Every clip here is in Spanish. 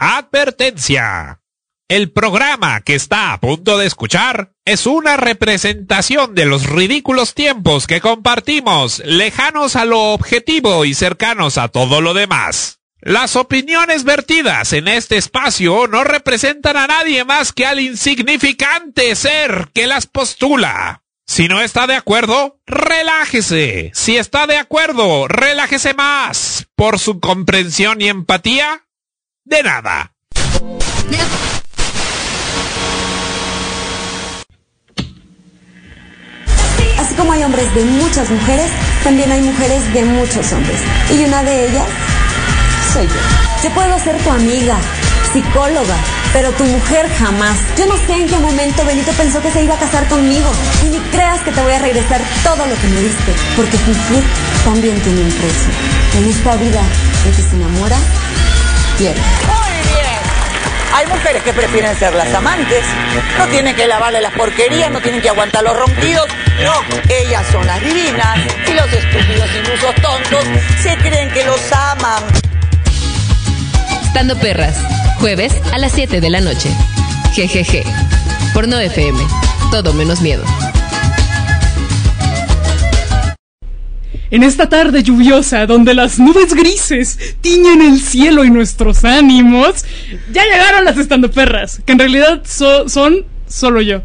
Advertencia. El programa que está a punto de escuchar es una representación de los ridículos tiempos que compartimos, lejanos a lo objetivo y cercanos a todo lo demás. Las opiniones vertidas en este espacio no representan a nadie más que al insignificante ser que las postula. Si no está de acuerdo, relájese. Si está de acuerdo, relájese más. Por su comprensión y empatía, de nada. Así como hay hombres de muchas mujeres, también hay mujeres de muchos hombres. Y una de ellas soy yo. Yo puedo ser tu amiga, psicóloga, pero tu mujer jamás. Yo no sé en qué momento Benito pensó que se iba a casar conmigo. Y ni creas que te voy a regresar todo lo que me diste, porque fingir también tiene un precio. En esta vida, el que se enamora, pierde. Muy bien. Hay mujeres que prefieren ser las amantes. No tienen que lavarle las porquerías, no tienen que aguantar los ronquidos. No, ellas son las divinas. Y los estúpidos, ilusos, tontos se creen que los aman. Estando Perras, jueves a las 7 de la noche. Jejeje. Por No FM. Todo menos miedo. En esta tarde lluviosa, donde las nubes grises tiñen el cielo y nuestros ánimos, ya llegaron las estandoperras, que en realidad son solo yo.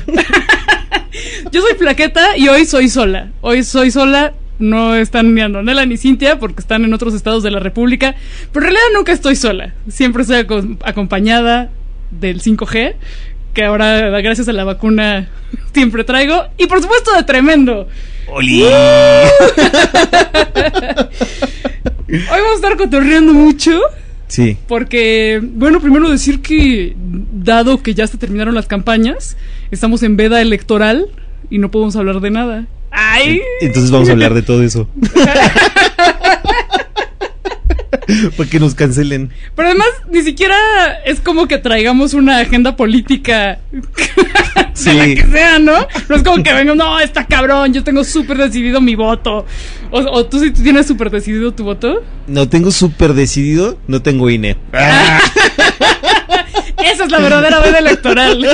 Yo soy Plaqueta y hoy soy sola. No están ni Antonella ni Cintia porque están en otros estados de la República, pero en realidad nunca estoy sola. Siempre estoy acompañada del 5G, que ahora, gracias a la vacuna, siempre traigo. Y por supuesto de Tremendo. ¡Oli! Hoy vamos a estar cotorreando mucho. Sí. Porque, bueno, primero decir que, dado que ya se terminaron las campañas, estamos en veda electoral y no podemos hablar de nada. ¡Ay! Entonces vamos a hablar de todo eso. Para que nos cancelen. Pero además, ni siquiera es como que traigamos una agenda política sí. de la que sea, ¿no? No es como que venga, no, está cabrón, yo tengo súper decidido mi voto. O tú sí tienes súper decidido tu voto. No tengo súper decidido, no tengo INE. Esa es la verdadera veda electoral.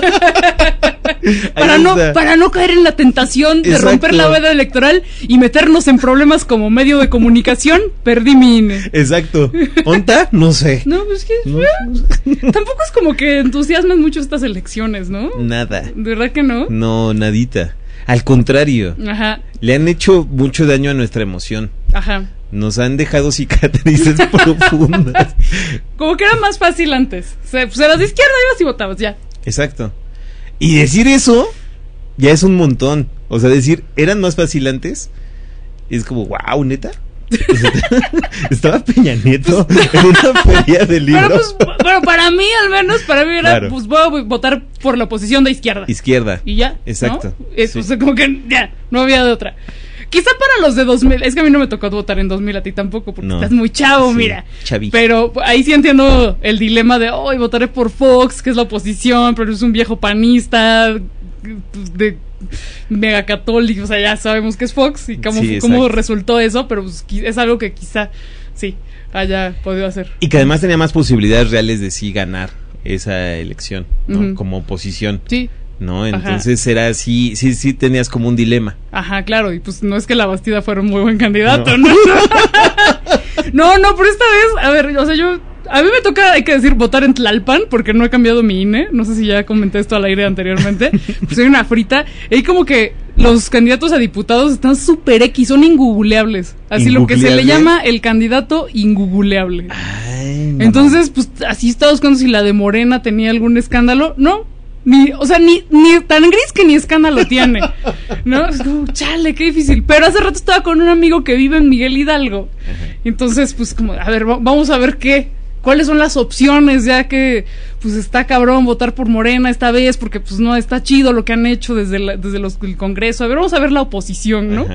Para no caer en la tentación de Exacto. romper la veda electoral y meternos en problemas como medio de comunicación, perdí mi INE. Exacto. ¿Onta? No sé. No, pues que tampoco es como que entusiasmen mucho estas elecciones, ¿no? Nada. ¿De verdad que no? No, nadita. Al contrario. Ajá. Le han hecho mucho daño a nuestra emoción. Ajá. Nos han dejado cicatrices profundas. Como que era más fácil antes. Pues eras de izquierda, ibas y votabas, ya. Exacto. Y decir eso ya es un montón. O sea, decir, eran más fácil antes. Es como, wow, ¿neta? Estaba Peña Nieto en una feria de libros. Pero pues, bueno, para mí era, claro. Pues voy a votar por la oposición de izquierda. Izquierda. Y ya. Exacto. ¿No? Sí. O sea, como que ya, no había de otra. Quizá para los de 2000, es que a mí no me tocó votar en 2000, a ti tampoco, porque estás muy chavo, sí, mira. Chavito. Pero ahí sí entiendo el dilema de, hoy votaré por Fox, que es la oposición, pero es un viejo panista, de mega católico, o sea, ya sabemos que es Fox y cómo resultó eso, pero pues, es algo que quizá, sí, haya podido hacer. Y que además tenía más posibilidades reales de sí ganar esa elección, ¿no? Como oposición. Sí. ¿No? Entonces era así, sí tenías como un dilema. Ajá, claro, y pues no es que la Bastida fuera un muy buen candidato, ¿no? No, pero esta vez, a ver, o sea, a mí me toca, hay que decir, votar en Tlalpan, porque no he cambiado mi INE, no sé si ya comenté esto al aire anteriormente, pues soy una frita, y como que los candidatos a diputados están súper X, son ingoogleables, así lo que se le llama el candidato ingoogleable. Ay, entonces, pues así estaba buscando si la de Morena tenía algún escándalo, no. Ni tan gris que ni escándalo tiene, ¿no? Es como, chale, qué difícil. Pero hace rato estaba con un amigo que vive en Miguel Hidalgo. Entonces, pues como, a ver, vamos a ver cuáles son las opciones, ya que pues está cabrón votar por Morena esta vez, porque pues no está chido lo que han hecho desde el Congreso. A ver, vamos a ver la oposición, ¿no?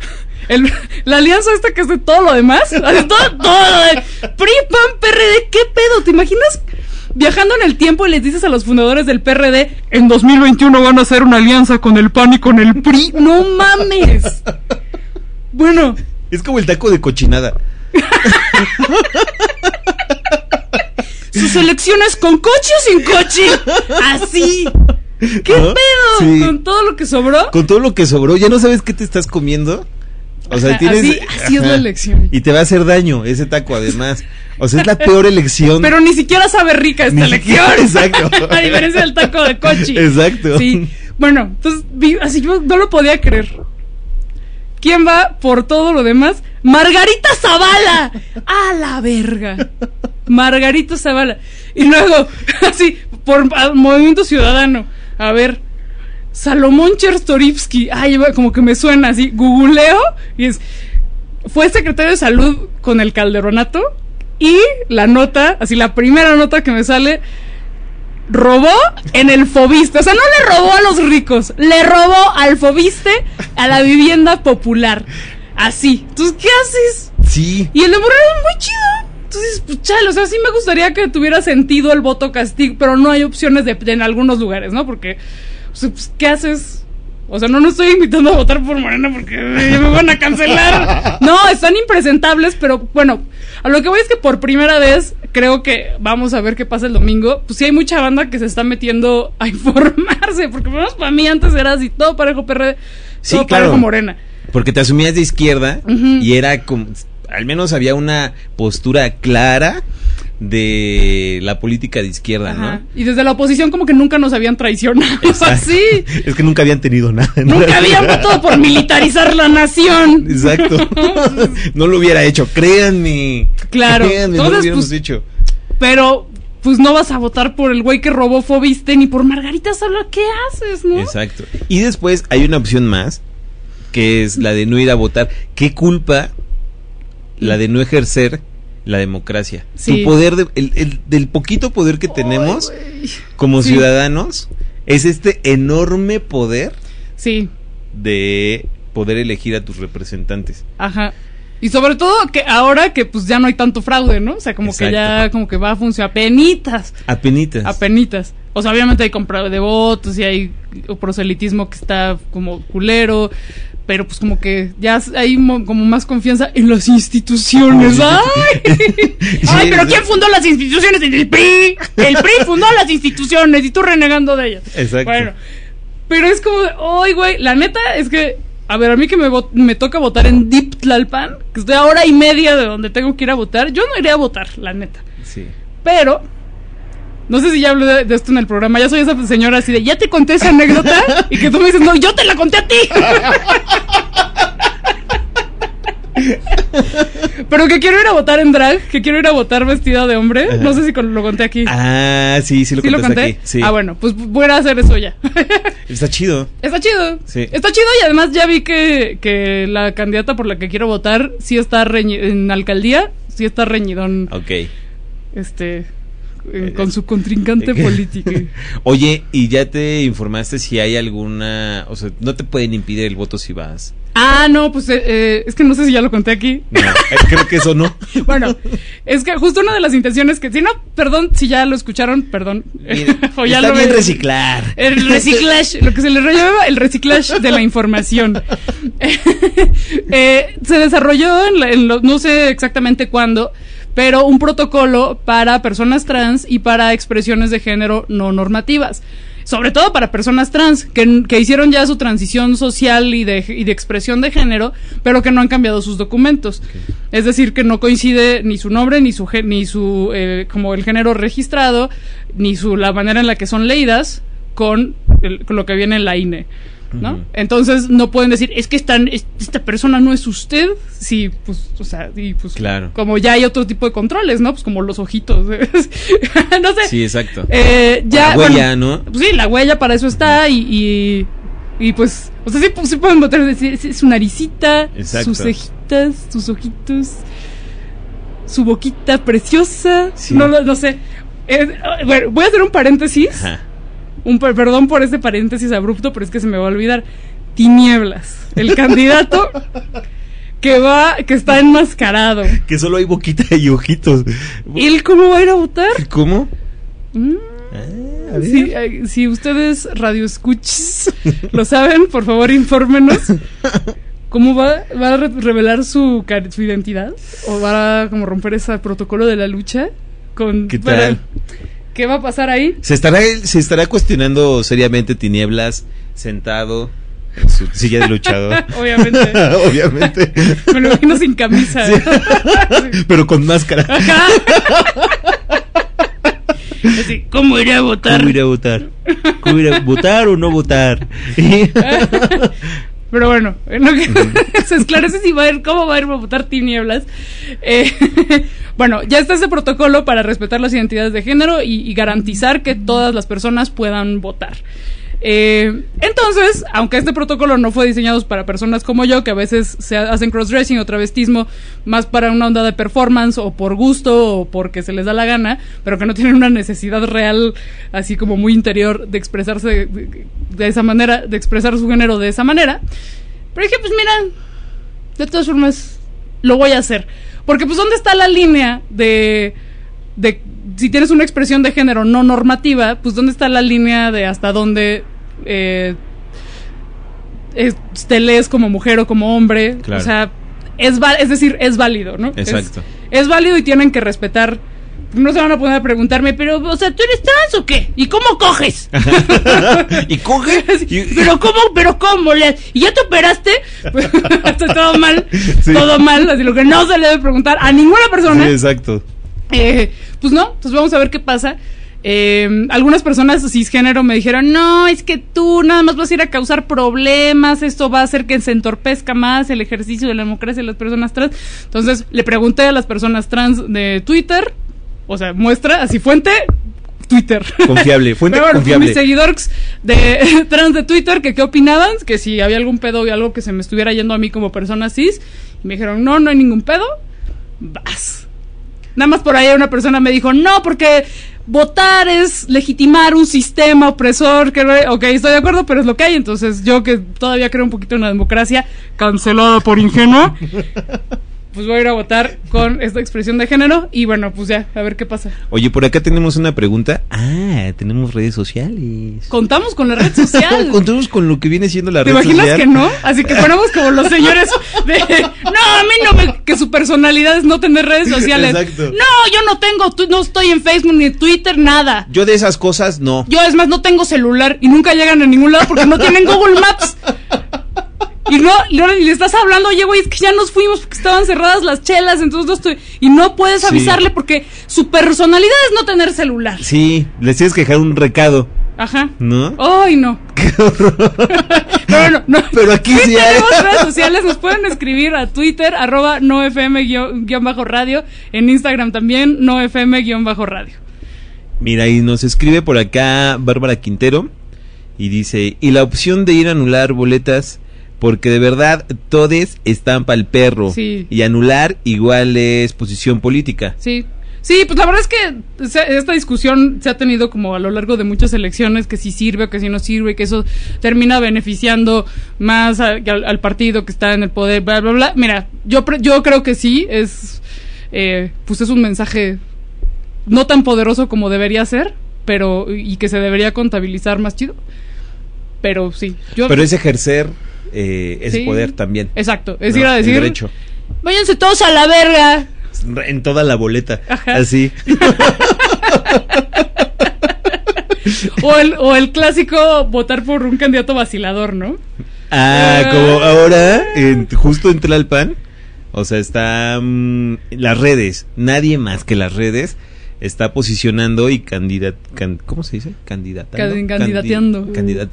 La alianza esta que es de todo lo demás, todo lo de PRI, PAN, PRD, ¿qué pedo? ¿Te imaginas viajando en el tiempo y les dices a los fundadores del PRD, en 2021 van a hacer una alianza con el PAN y con el PRI? ¡No mames! Bueno, es como el taco de cochinada. sus elecciones con coche o sin coche. Así. ¿Qué ¿No? pedo? Sí. Con todo lo que sobró. Con todo lo que sobró, ya no sabes qué te estás comiendo. O sea, Ajá, tienes. así es la elección. Y te va a hacer daño ese taco, además. O sea, es la peor elección. Pero ni siquiera sabe rica esta Ni elección. siquiera, exacto. A diferencia del taco de coche. Exacto. Sí. Bueno, entonces así yo no lo podía creer. ¿Quién va por todo lo demás? ¡Margarita Zavala! ¡A la verga! Margarita Zavala. Y luego, así, por Movimiento Ciudadano. A ver, Salomón Chertorivsky. Ay, como que me suena así. Googleo y fue secretario de salud con el Calderonato. Y la nota, así la primera nota que me sale, robó en el Fobiste. O sea, no le robó a los ricos, le robó al Fobiste, a la vivienda popular. Así. Entonces, ¿qué haces? Sí. Y el de Morena es muy chido. Entonces, pues chale, o sea, sí me gustaría que tuviera sentido el voto castigo, pero no hay opciones en algunos lugares, ¿no? Porque, o sea, pues, ¿qué haces? O sea, no estoy invitando a votar por Morena porque ya me van a cancelar. No, están impresentables, pero bueno, a lo que voy es que por primera vez, creo que vamos a ver qué pasa el domingo. Pues sí hay mucha banda que se está metiendo a informarse, porque por lo menos para mí antes era así, todo parejo PRD, Sí, todo claro. parejo Morena. Porque te asumías de izquierda y era como. Al menos había una postura clara de la política de izquierda, Ajá. ¿no? Y desde la oposición como que nunca nos habían traicionado. Exacto. Así. Es que nunca habían tenido nada. Nunca habían votado por militarizar la nación. Exacto. No lo hubiera hecho, créanme. Claro. Créanme, no lo Entonces, hubiéramos pues, hecho. Pero, pues no vas a votar por el güey que robó Fobiste ni por Margarita Zavala. ¿Qué haces, no? Exacto. Y después hay una opción más, que es la de no ir a votar. ¿Qué culpa la de no ejercer la democracia? Sí. Tu poder, del poquito poder que tenemos como Sí. ciudadanos, es este enorme poder Sí, de poder elegir a tus representantes. ajá. Y sobre todo que ahora que pues ya no hay tanto fraude, ¿no? O sea, como que Exacto. ya como que va a funcionar apenitas. Apenitas. O sea, obviamente hay compra de votos y hay proselitismo que está como culero, pero pues como que ya hay como más confianza en las instituciones. ¡Ay! ¡Ay, pero ¿quién fundó las instituciones? El PRI. El PRI fundó las instituciones y tú renegando de ellas. Exacto. Bueno, pero es como, ¡ay, güey! La neta es que, a ver, a mí que me toca votar en Dip Tlalpan, que estoy a hora y media de donde tengo que ir a votar, yo no iría a votar, la neta. Sí. Pero, no sé si ya hablé de esto en el programa, ya soy esa señora así de, ya te conté esa anécdota, y que tú me dices, no, yo te la conté a ti. Pero que quiero ir a votar en drag, que quiero ir a votar vestida de hombre, Ajá. no sé si lo conté aquí. Ah, sí, sí lo ¿Sí lo contaste conté? aquí. Sí. Ah, bueno, pues voy a hacer eso ya. Está chido. Está chido. Sí. Está chido y además ya vi que la candidata por la que quiero votar sí está en alcaldía, sí está reñidón, Ok. con su contrincante político. Oye, ¿y ya te informaste si hay alguna, o sea, no te pueden impedir el voto si vas? Ah, no, pues es que no sé si ya lo conté aquí. No, creo que eso no. Bueno, es que justo una de las intenciones que, si no, perdón, si ya lo escucharon, perdón. Mira, O ya está lo bien ven. reciclar. El reciclaje, lo que se le llama el reciclaje de la información. Se desarrolló no sé exactamente cuándo, pero un protocolo para personas trans y para expresiones de género no normativas. Sobre todo para personas trans que hicieron ya su transición social y de expresión de género, pero que no han cambiado sus documentos. Okay. Es decir, que no coincide ni su nombre, ni su como el género registrado, ni la manera en la que son leídas con lo que viene en la INE, ¿no? Uh-huh. Entonces no pueden decir, es que esta persona no es usted. Sí, pues, o sea, y pues claro. Como ya hay otro tipo de controles, ¿no? Pues como los ojitos. No sé. Sí, exacto. Ya, la huella, ¿no? Pues sí, la huella para eso está y pues, o sea, sí pueden votar, decir su naricita, exacto. Sus cejitas, sus ojitos, su boquita preciosa. Sí. No sé. Bueno, voy a hacer un paréntesis. Ajá. Perdón por este paréntesis abrupto, pero es que se me va a olvidar. Tinieblas, el candidato que está enmascarado. Que solo hay boquita y ojitos. ¿Y él cómo va a ir a votar? ¿Cómo? A ver. Si ustedes radioescuchas lo saben, por favor infórmenos. ¿Cómo va a revelar su identidad? ¿O va a como romper ese protocolo de la lucha? ¿Qué tal? ¿Qué va a pasar ahí? Se estará cuestionando seriamente Tinieblas sentado en su silla de luchador. Obviamente. Obviamente. Me lo imagino sin camisa. Sí. Pero con máscara. Ajá. Así, ¿cómo iré a votar? ¿Cómo iré a votar? ¿Cómo iré a votar o no votar? Pero bueno, en lo que se esclarece si va a ir, cómo va a ir a votar Tinieblas. Bueno, ya está ese protocolo para respetar las identidades de género y garantizar que todas las personas puedan votar. Entonces, aunque este protocolo no fue diseñado para personas como yo, que a veces se hacen crossdressing o travestismo más para una onda de performance o por gusto o porque se les da la gana, pero que no tienen una necesidad real, así como muy interior, de expresarse de esa manera, de expresar su género de esa manera, pero dije, pues mira, de todas formas lo voy a hacer, porque pues ¿dónde está la línea de si tienes una expresión de género no normativa, pues ¿dónde está la línea de hasta dónde te lees como mujer o como hombre? Claro. O sea, es decir, es válido, ¿no? Exacto. Es válido y tienen que respetar. No se van a poner a preguntarme, pero, o sea, ¿tú eres trans o qué? ¿Y cómo coges? ¿Y coge? ¿Pero cómo? ¿Y ya te operaste? Pues, está todo mal, Sí. todo mal, así lo que no se le debe preguntar a ninguna persona. Sí, exacto. Pues no, pues vamos a ver qué pasa. Algunas personas cisgénero me dijeron, no, es que tú nada más vas a ir a causar problemas, esto va a hacer que se entorpezca más el ejercicio de la democracia de las personas trans. Entonces le pregunté a las personas trans de Twitter, o sea, muestra, así fuente, Twitter. Confiable, fuente Pero bueno, confiable. mis seguidores de trans de Twitter, que qué opinaban, que si había algún pedo y algo que se me estuviera yendo a mí como persona cis, y me dijeron, no hay ningún pedo, vas. Nada más por ahí una persona me dijo, no, porque votar es legitimar un sistema opresor, que ok, estoy de acuerdo, pero es lo que hay. Entonces yo, que todavía creo un poquito en la democracia, cancelada por ingenua, pues voy a ir a votar con esta expresión de género. Y bueno, pues ya, a ver qué pasa. Oye, por acá tenemos una pregunta. Tenemos redes sociales. Contamos con la red social. Contamos con lo que viene siendo la ¿Te red imaginas social. que no? Así que fuéramos como los señores de... No, a mí no me... Que su personalidad es no tener redes sociales. Exacto. No, yo no tengo... No estoy en Facebook ni en Twitter, nada. Yo de esas cosas no. Yo, es más, no tengo celular y nunca llegan a ningún lado porque no tienen Google Maps. Y le estás hablando, oye, güey, es que ya nos fuimos porque estaban cerradas las chelas, entonces no estoy... Y no puedes Sí. avisarle porque su personalidad es no tener celular. Sí, les tienes que dejar un recado, Ajá. ¿no? Ay, no. No. Pero aquí sí hay. Tenemos redes sociales, nos pueden escribir a Twitter, @nofm_radio, en Instagram también, nofm_radio. Mira, y nos escribe por acá Bárbara Quintero y dice, y la opción de ir a anular boletas, porque de verdad todes están pa'l perro. Sí. Y anular igual es posición política. Sí, pues la verdad es que esta discusión se ha tenido como a lo largo de muchas elecciones, que si sirve o que si no sirve, que eso termina beneficiando más al partido que está en el poder, bla, bla, bla. Mira, yo creo que sí, pues es un mensaje no tan poderoso como debería ser, pero y que se debería contabilizar más chido. Pero sí. Pero es ejercer ese Sí. poder también. Exacto, es ¿no? ir a decir, El derecho. váyanse todos a la verga. En toda la boleta. Ajá. Así. O el clásico votar por un candidato vacilador, ¿no? Como ahora, justo en Tlalpan, o sea, está las redes, nadie más que las redes está posicionando y ¿cómo se dice? Candidateando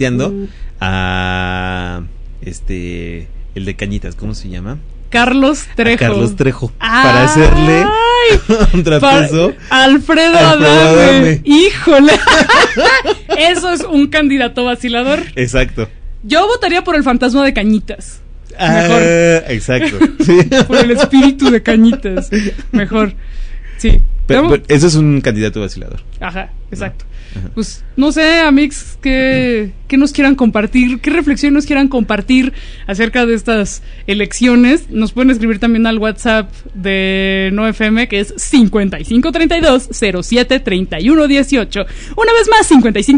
a el de Cañitas, ¿cómo se llama? Carlos Trejo. Carlos Trejo. ¡Ay! Para hacerle un trapezo. Alfredo Adame. Híjole. Eso es un candidato vacilador. Exacto. Yo votaría por el fantasma de Cañitas. Mejor. Exacto. Sí. Por el espíritu de Cañitas. Mejor. Sí. Pero eso es un candidato vacilador. Ajá, exacto. Ajá. Pues no sé, amigos, ¿qué nos quieran compartir? ¿Qué reflexión nos quieran compartir acerca de estas elecciones? Nos pueden escribir también al WhatsApp de NoFM, que es 5532-073118. Una vez más,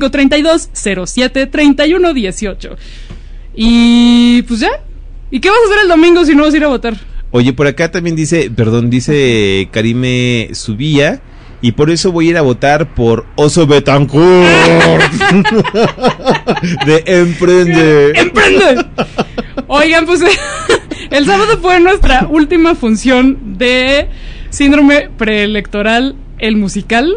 5532-073118. Y pues ya. ¿Y qué vas a hacer el domingo si no vas a ir a votar? Oye, por acá también dice Karime Subía Y por eso voy a ir a votar por Oso Betancourt. De Emprende. ¡Emprende! Oigan, pues el sábado fue nuestra última función de Síndrome Preelectoral, el musical.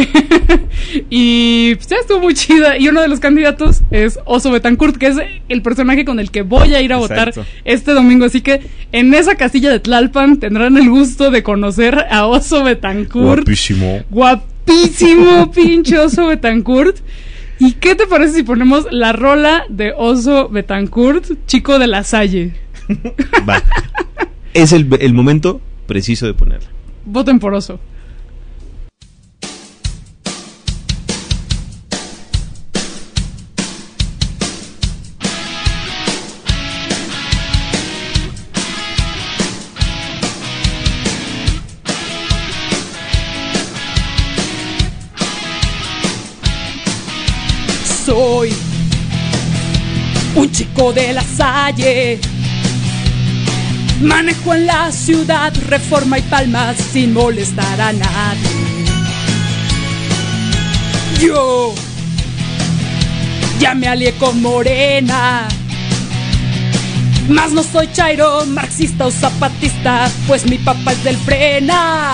Y pues ya estuvo muy chida. Y uno de los candidatos es Oso Betancourt, que es el personaje con el que voy a ir a votar este domingo. Así que en esa casilla de Tlalpan tendrán el gusto de conocer a Oso Betancourt. Guapísimo. Guapísimo, pinche Oso Betancourt. ¿Y qué te parece si ponemos la rola de Oso Betancourt, Chico de la Salle? Va. Es el momento preciso de ponerla. Voten por Oso. Soy un chico de la Salle, manejo en la ciudad, Reforma y Palmas sin molestar a nadie. Yo ya me alié con Morena, mas no soy chairo, marxista o zapatista, pues mi papá es del Frena.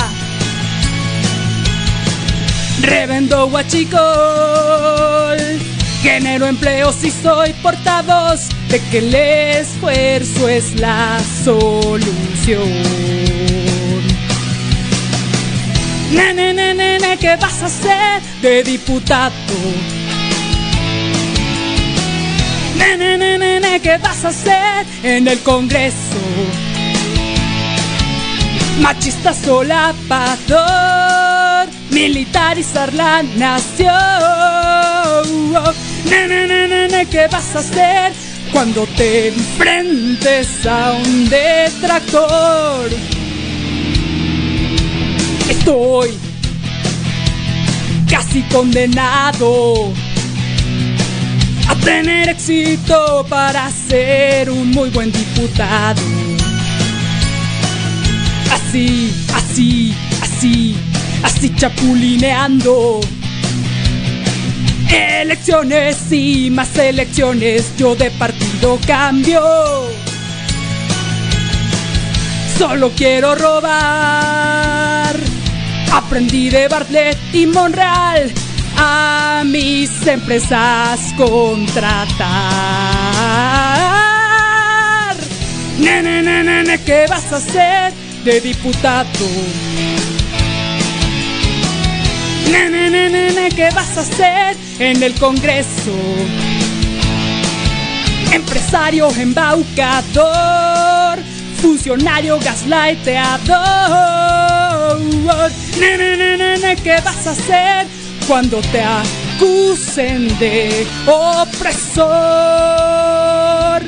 Revendo huachicol, genero empleos y soy portavoz de que el esfuerzo es la solución. Nene, nene, nene, ¿qué vas a hacer de diputado? Nene, nene, nene, ¿qué vas a hacer en el Congreso? Machista solapador, militarizar la nación. Nene, nene, nene, ¿qué vas a hacer cuando te enfrentes a un detractor? Estoy casi condenado a tener éxito para ser un muy buen diputado. Así, así, así, así chapulineando. Elecciones y más elecciones, yo de partido cambio. Solo quiero robar. Aprendí de Bartlett y Monreal a mis empresas contratar. Nene, nene, nene, ¿qué vas a hacer de diputado? Nene, nene, nene, ¿qué vas a hacer en el Congreso? Empresario embaucador, funcionario gaslighteador. Nene, nene, nene, ¿qué vas a hacer cuando te acusen de opresor?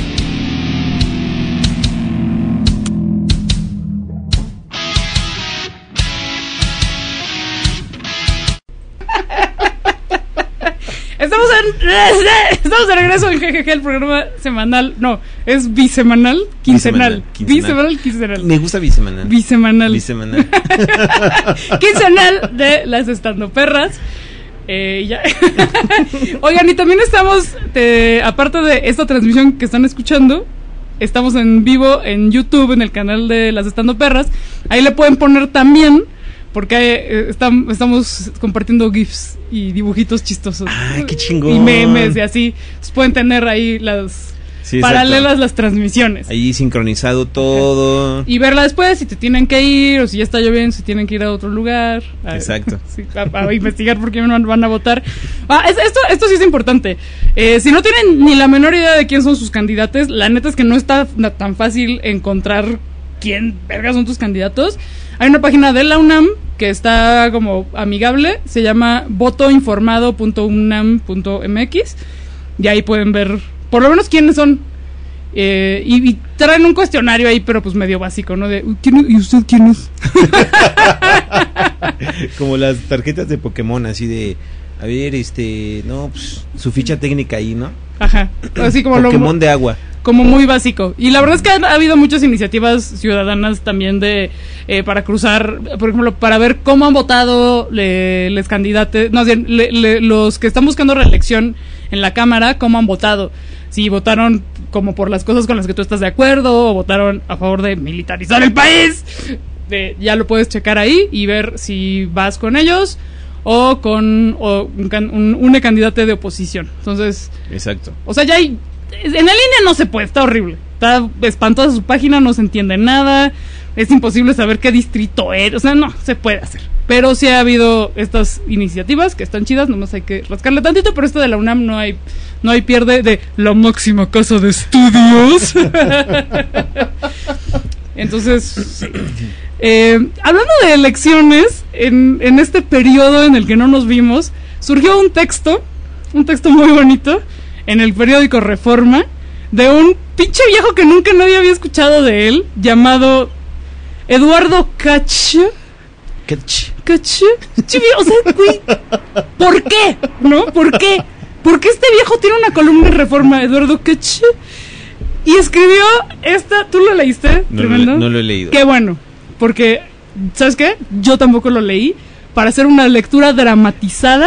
Estamos de regreso en GGG, el programa semanal. No, es bisemanal, quincenal. Bisemanal, quincenal. Me gusta bisemanal. Bisemanal. Quincenal de las estandoperras. Ya. Oigan, y también estamos, aparte de esta transmisión que están escuchando, estamos en vivo en YouTube, en el canal de las estandoperras. Ahí le pueden poner también, porque estamos compartiendo GIFs y dibujitos chistosos. ¡Ay, qué chingón! Y memes y así. Entonces pueden tener ahí las paralelas, las transmisiones. Ahí sincronizado todo. Y verla después, si te tienen que ir, o si ya está lloviendo, si tienen que ir a otro lugar. Exacto. A investigar por qué van a votar. Esto sí es importante. Si no tienen ni la menor idea de quién son sus candidatos, la neta es que no está tan fácil encontrar quién verga son tus candidatos. Hay una página de la UNAM que está como amigable, se llama votoinformado.unam.mx, y ahí pueden ver por lo menos quiénes son, y traen un cuestionario ahí, pero pues medio básico, ¿no? De ¿y usted quién es? Como las tarjetas de Pokémon, así de, a ver, no, pues su ficha técnica ahí, ¿no? Ajá, así como Pokémon de agua. como muy básico. Y la verdad es que ha habido muchas iniciativas ciudadanas también de para cruzar, por ejemplo, para ver cómo han votado los candidatos, no, los que están buscando reelección en la Cámara, cómo han votado. Si votaron como por las cosas con las que tú estás de acuerdo, o votaron a favor de militarizar el país. Ya lo puedes checar ahí y ver si vas con ellos o con un candidato de oposición. Entonces, exacto. O sea, ya hay, en la línea no se puede, está horrible. Está espantosa su página, no se entiende nada. Es imposible saber qué distrito es. O sea, no se puede hacer. Pero sí ha habido estas iniciativas que están chidas, nomás hay que rascarle tantito, pero esta de la UNAM no hay pierde de la máxima casa de estudios. Entonces, sí. Hablando de elecciones, en este periodo en el que no nos vimos, surgió un texto muy bonito, en el periódico Reforma, de un pinche viejo que nunca nadie había escuchado de él, llamado Eduardo Cacho. O sea, güey, ¿por qué? ¿No? ¿Por qué? Porque este viejo tiene una columna en Reforma, Eduardo Cacho, y escribió esta. ¿Tú lo leíste? No lo he leído. Qué bueno, porque, ¿sabes qué? Yo tampoco lo leí, para hacer una lectura dramatizada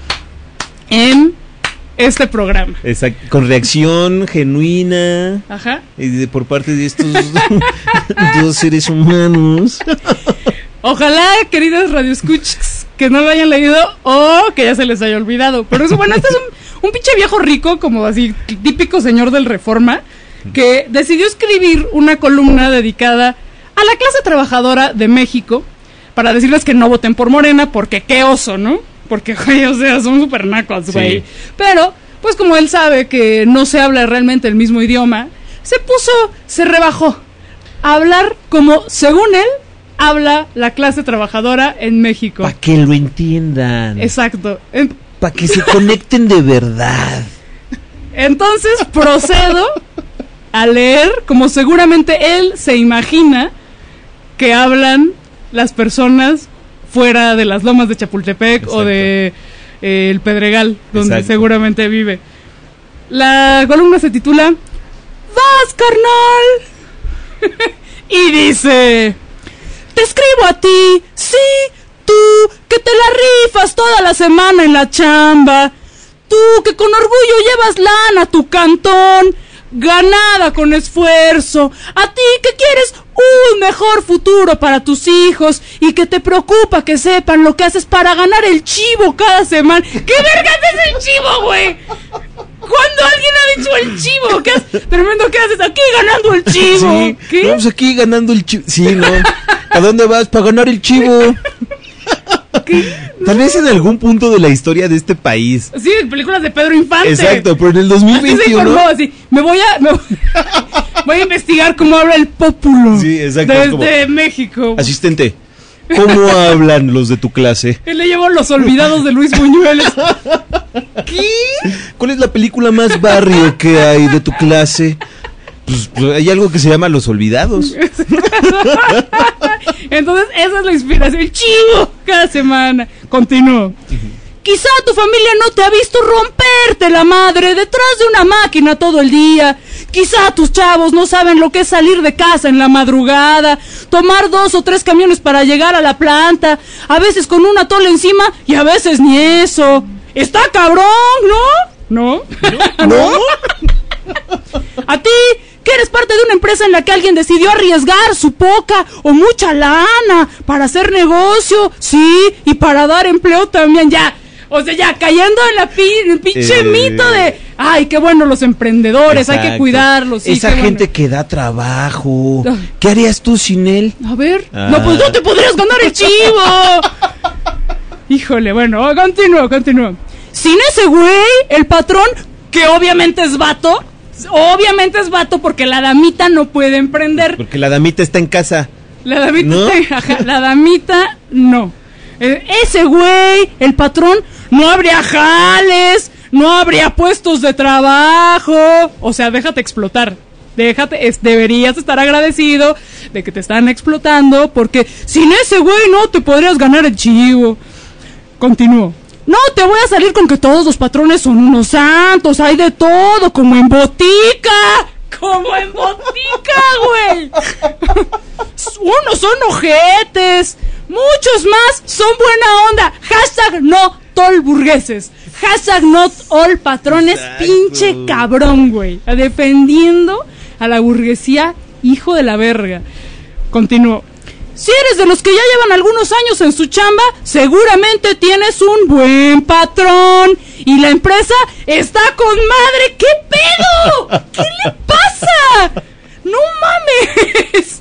en este programa. Exacto, con reacción genuina. Ajá. Por parte de estos dos seres humanos. Ojalá, queridas radioescuchas, que no lo hayan leído o que ya se les haya olvidado. Pero eso, bueno, este es un pinche viejo rico, como así, típico señor del Reforma, que decidió escribir una columna dedicada a la clase trabajadora de México, para decirles que no voten por Morena, porque qué oso, ¿no? Porque, güey, o sea, son súper nacos, güey. Sí. Pero, pues como él sabe que no se habla realmente el mismo idioma, se rebajó a hablar como, según él, habla la clase trabajadora en México. Para que lo entiendan. Exacto. Para que se conecten de verdad. Entonces procedo a leer como seguramente él se imagina que hablan las personas fuera de las lomas de Chapultepec. Exacto. O de el Pedregal, donde exacto. Seguramente vive. La columna se titula ¡Vas, carnal! Y dice: te escribo a ti, sí, tú, que te la rifas toda la semana en la chamba. Tú, que con orgullo llevas lana a tu cantón, ganada con esfuerzo. A ti, que quieres un mejor futuro para tus hijos y que te preocupa que sepan lo que haces para ganar el chivo cada semana. ¿Qué vergas es el chivo, güey? ¿Cuándo alguien ha dicho el chivo? ¿Qué haces? Tremendo, ¿qué haces aquí ganando el chivo? Sí, ¿qué? Vamos aquí ganando el chivo. Sí, ¿no? ¿A dónde vas? Para ganar el chivo. ¿Qué? Tal vez en algún punto de la historia de este país. Sí, en películas de Pedro Infante. Exacto, pero en el 2021. Así, me voy a investigar cómo habla el pópulo. Sí, exacto. Desde México. Asistente, ¿cómo hablan los de tu clase? Él le llevo Los Olvidados de Luis Buñuel. ¿Qué? ¿Cuál es la película más barrio que hay de tu clase? Pues hay algo que se llama Los Olvidados. Entonces esa es la inspiración. El chivo cada semana. Continúo. Quizá tu familia no te ha visto romperte la madre detrás de una máquina todo el día. Quizá tus chavos no saben lo que es salir de casa en la madrugada, tomar 2 o 3 camiones para llegar a la planta, a veces con un atole encima y a veces ni eso. Está cabrón, ¿no? ¿No? A ti, que eres parte de una empresa en la que alguien decidió arriesgar su poca o mucha lana para hacer negocio, sí, y para dar empleo también, ya. O sea, ya cayendo en el pinche mito de, ay, qué bueno los emprendedores, exacto. Hay que cuidarlos. Sí, esa gente bueno. Que da trabajo. ¿Qué harías tú sin él? A ver, no, pues no te podrías ganar el chivo. Híjole, bueno, continúo. Sin ese güey, el patrón, que obviamente es vato porque la damita no puede emprender. Porque la damita está en casa. La damita, ¿no? La damita no. Ese güey, el patrón, no habría jales, no habría puestos de trabajo. O sea, déjate explotar. Deberías estar agradecido de que te están explotando, porque sin ese güey no te podrías ganar el chivo. Continúo. No te voy a salir con que todos los patrones son unos santos, hay de todo, como en botica. Como en botica, güey. Unos son ojetes, muchos más son buena onda. Hashtag no tol burgueses. Hashtag not all patrones. Exacto. Pinche cabrón, güey. Defendiendo a la burguesía, hijo de la verga. Continúo. Si eres de los que ya llevan algunos años en su chamba, seguramente tienes un buen patrón. Y la empresa está con madre. ¿Qué pedo? ¿Qué le pasa? ¡No mames!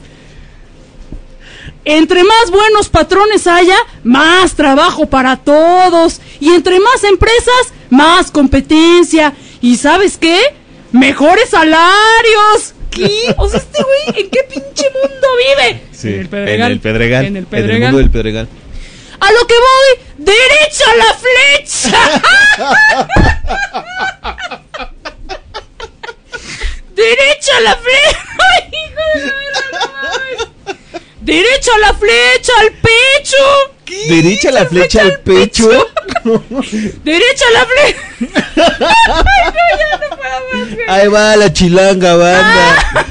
Entre más buenos patrones haya, más trabajo para todos. Y entre más empresas, más competencia. ¿Y sabes qué? ¡Mejores salarios! ¿Qué? O sea, este güey, ¿en qué pinche mundo vive? Sí, en el Pedregal. En el Pedregal. En el Pedregal. En el mundo del Pedregal. A lo que voy, derecha a la flecha. Derecha a la flecha. Ay, hijo de la... Derecha a la flecha al pecho. ¿Qué? Derecha a la flecha al pecho. Derecha a la flecha. Ay, no, ya no puedo más. Ahí va la chilanga banda.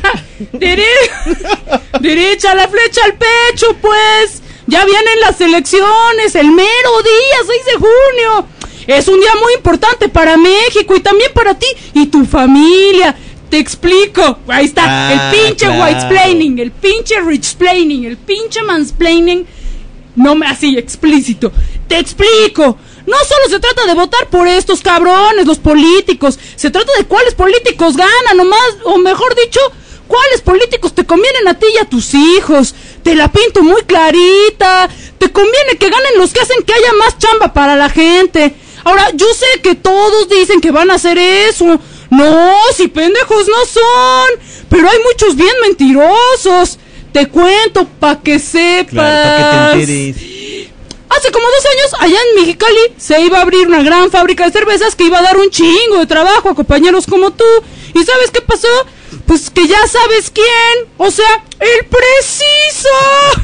Derecha a la flecha al pecho, pues. Ya vienen las elecciones, el mero día, 6 de junio. Es un día muy importante para México y también para ti y tu familia. Te explico. Ahí está, el pinche whitesplaining, el pinche richsplaining, el pinche mansplaining. No me así explícito. Te explico. No solo se trata de votar por estos cabrones, los políticos. Se trata de cuáles políticos ganan, o más, o mejor dicho, cuáles políticos te convienen a ti y a tus hijos. Te la pinto muy clarita. Te conviene que ganen los que hacen que haya más chamba para la gente. Ahora, yo sé que todos dicen que van a hacer eso. No, si pendejos no son. Pero hay muchos bien mentirosos. Te cuento pa' que sepas. Claro, pa' que te enteres. Hace como 2 años, allá en Mexicali, se iba a abrir una gran fábrica de cervezas que iba a dar un chingo de trabajo a compañeros como tú. ¿Y sabes qué pasó? Pues que ya sabes quién. O sea, el preciso.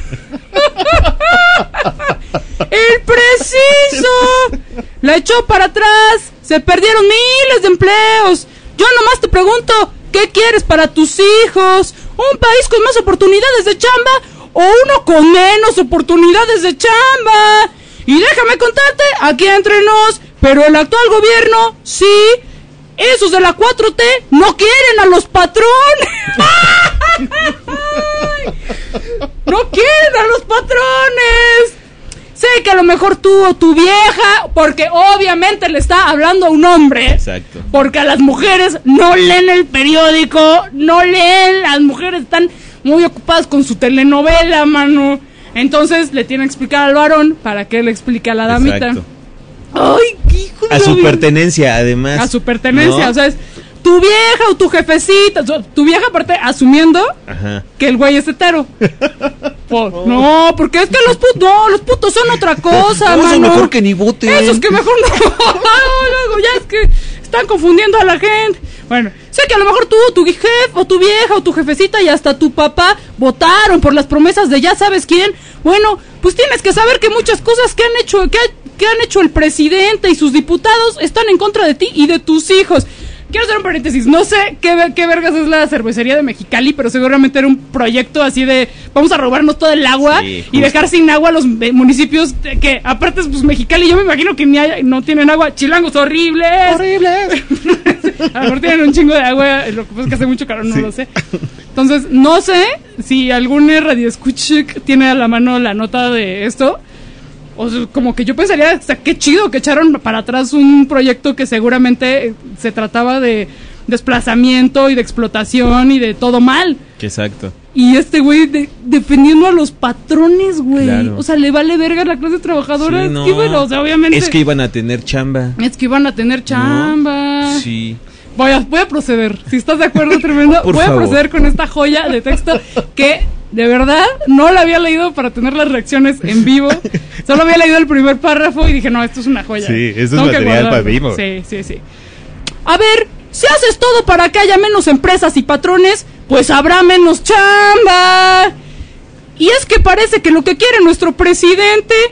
El preciso. La echó para atrás. Se perdieron miles de empleos. Yo nomás te pregunto, ¿qué quieres para tus hijos? ¿Un país con más oportunidades de chamba o uno con menos oportunidades de chamba? Y déjame contarte, aquí entre nos, pero el actual gobierno, sí, esos de la 4T no quieren a los patrones. No quieren a los patrones. Sé que a lo mejor tú o tu vieja, porque obviamente le está hablando a un hombre. Exacto. Porque a las mujeres no leen el periódico, no leen, las mujeres están muy ocupadas con su telenovela, mano. Entonces le tienen que explicar al varón para que le explique a la damita. Exacto. Ay, qué hijo de A su la pertenencia, además. A su pertenencia, ¿no? O sea, es tu vieja o tu jefecita, tu vieja aparte asumiendo que el güey es hetero. No, porque es que los putos son otra cosa, no, mano. Eso mejor que ni voten. Esos que mejor no. Luego ya es que están confundiendo a la gente. Bueno, sé que a lo mejor tú, tu jefe, o tu vieja, o tu jefecita, y hasta tu papá votaron por las promesas de ya sabes quién. Bueno, pues tienes que saber que muchas cosas que han hecho el presidente y sus diputados están en contra de ti y de tus hijos. Quiero hacer un paréntesis, no sé qué vergas es la cervecería de Mexicali, pero seguramente era un proyecto así de vamos a robarnos todo el agua y dejar sin agua a los municipios que aparte pues Mexicali, yo me imagino que no tienen agua, chilangos horribles. A lo mejor tienen un chingo de agua, lo que pasa es que hace mucho calor, no lo sé. Entonces, no sé si algún radioescucha tiene a la mano la nota de esto. O sea, como que yo pensaría, o sea, qué chido que echaron para atrás un proyecto que seguramente se trataba de desplazamiento y de explotación y de todo mal. Exacto. Y este güey defendiendo a los patrones, güey. Claro. O sea, le vale verga a la clase trabajadora. Sí, no. Y bueno, o sea, obviamente. Es que iban a tener chamba. ¿No? Sí. Voy a proceder. Si estás de acuerdo, tremendo. Por voy favor. a proceder con esta joya de texto que de verdad no la había leído para tener las reacciones en vivo. Solo había leído el primer párrafo y dije, no, esto es una joya. Sí, esto es material para vivo. Sí. A ver, si haces todo para que haya menos empresas y patrones, pues habrá menos chamba. Y es que parece que lo que quiere nuestro presidente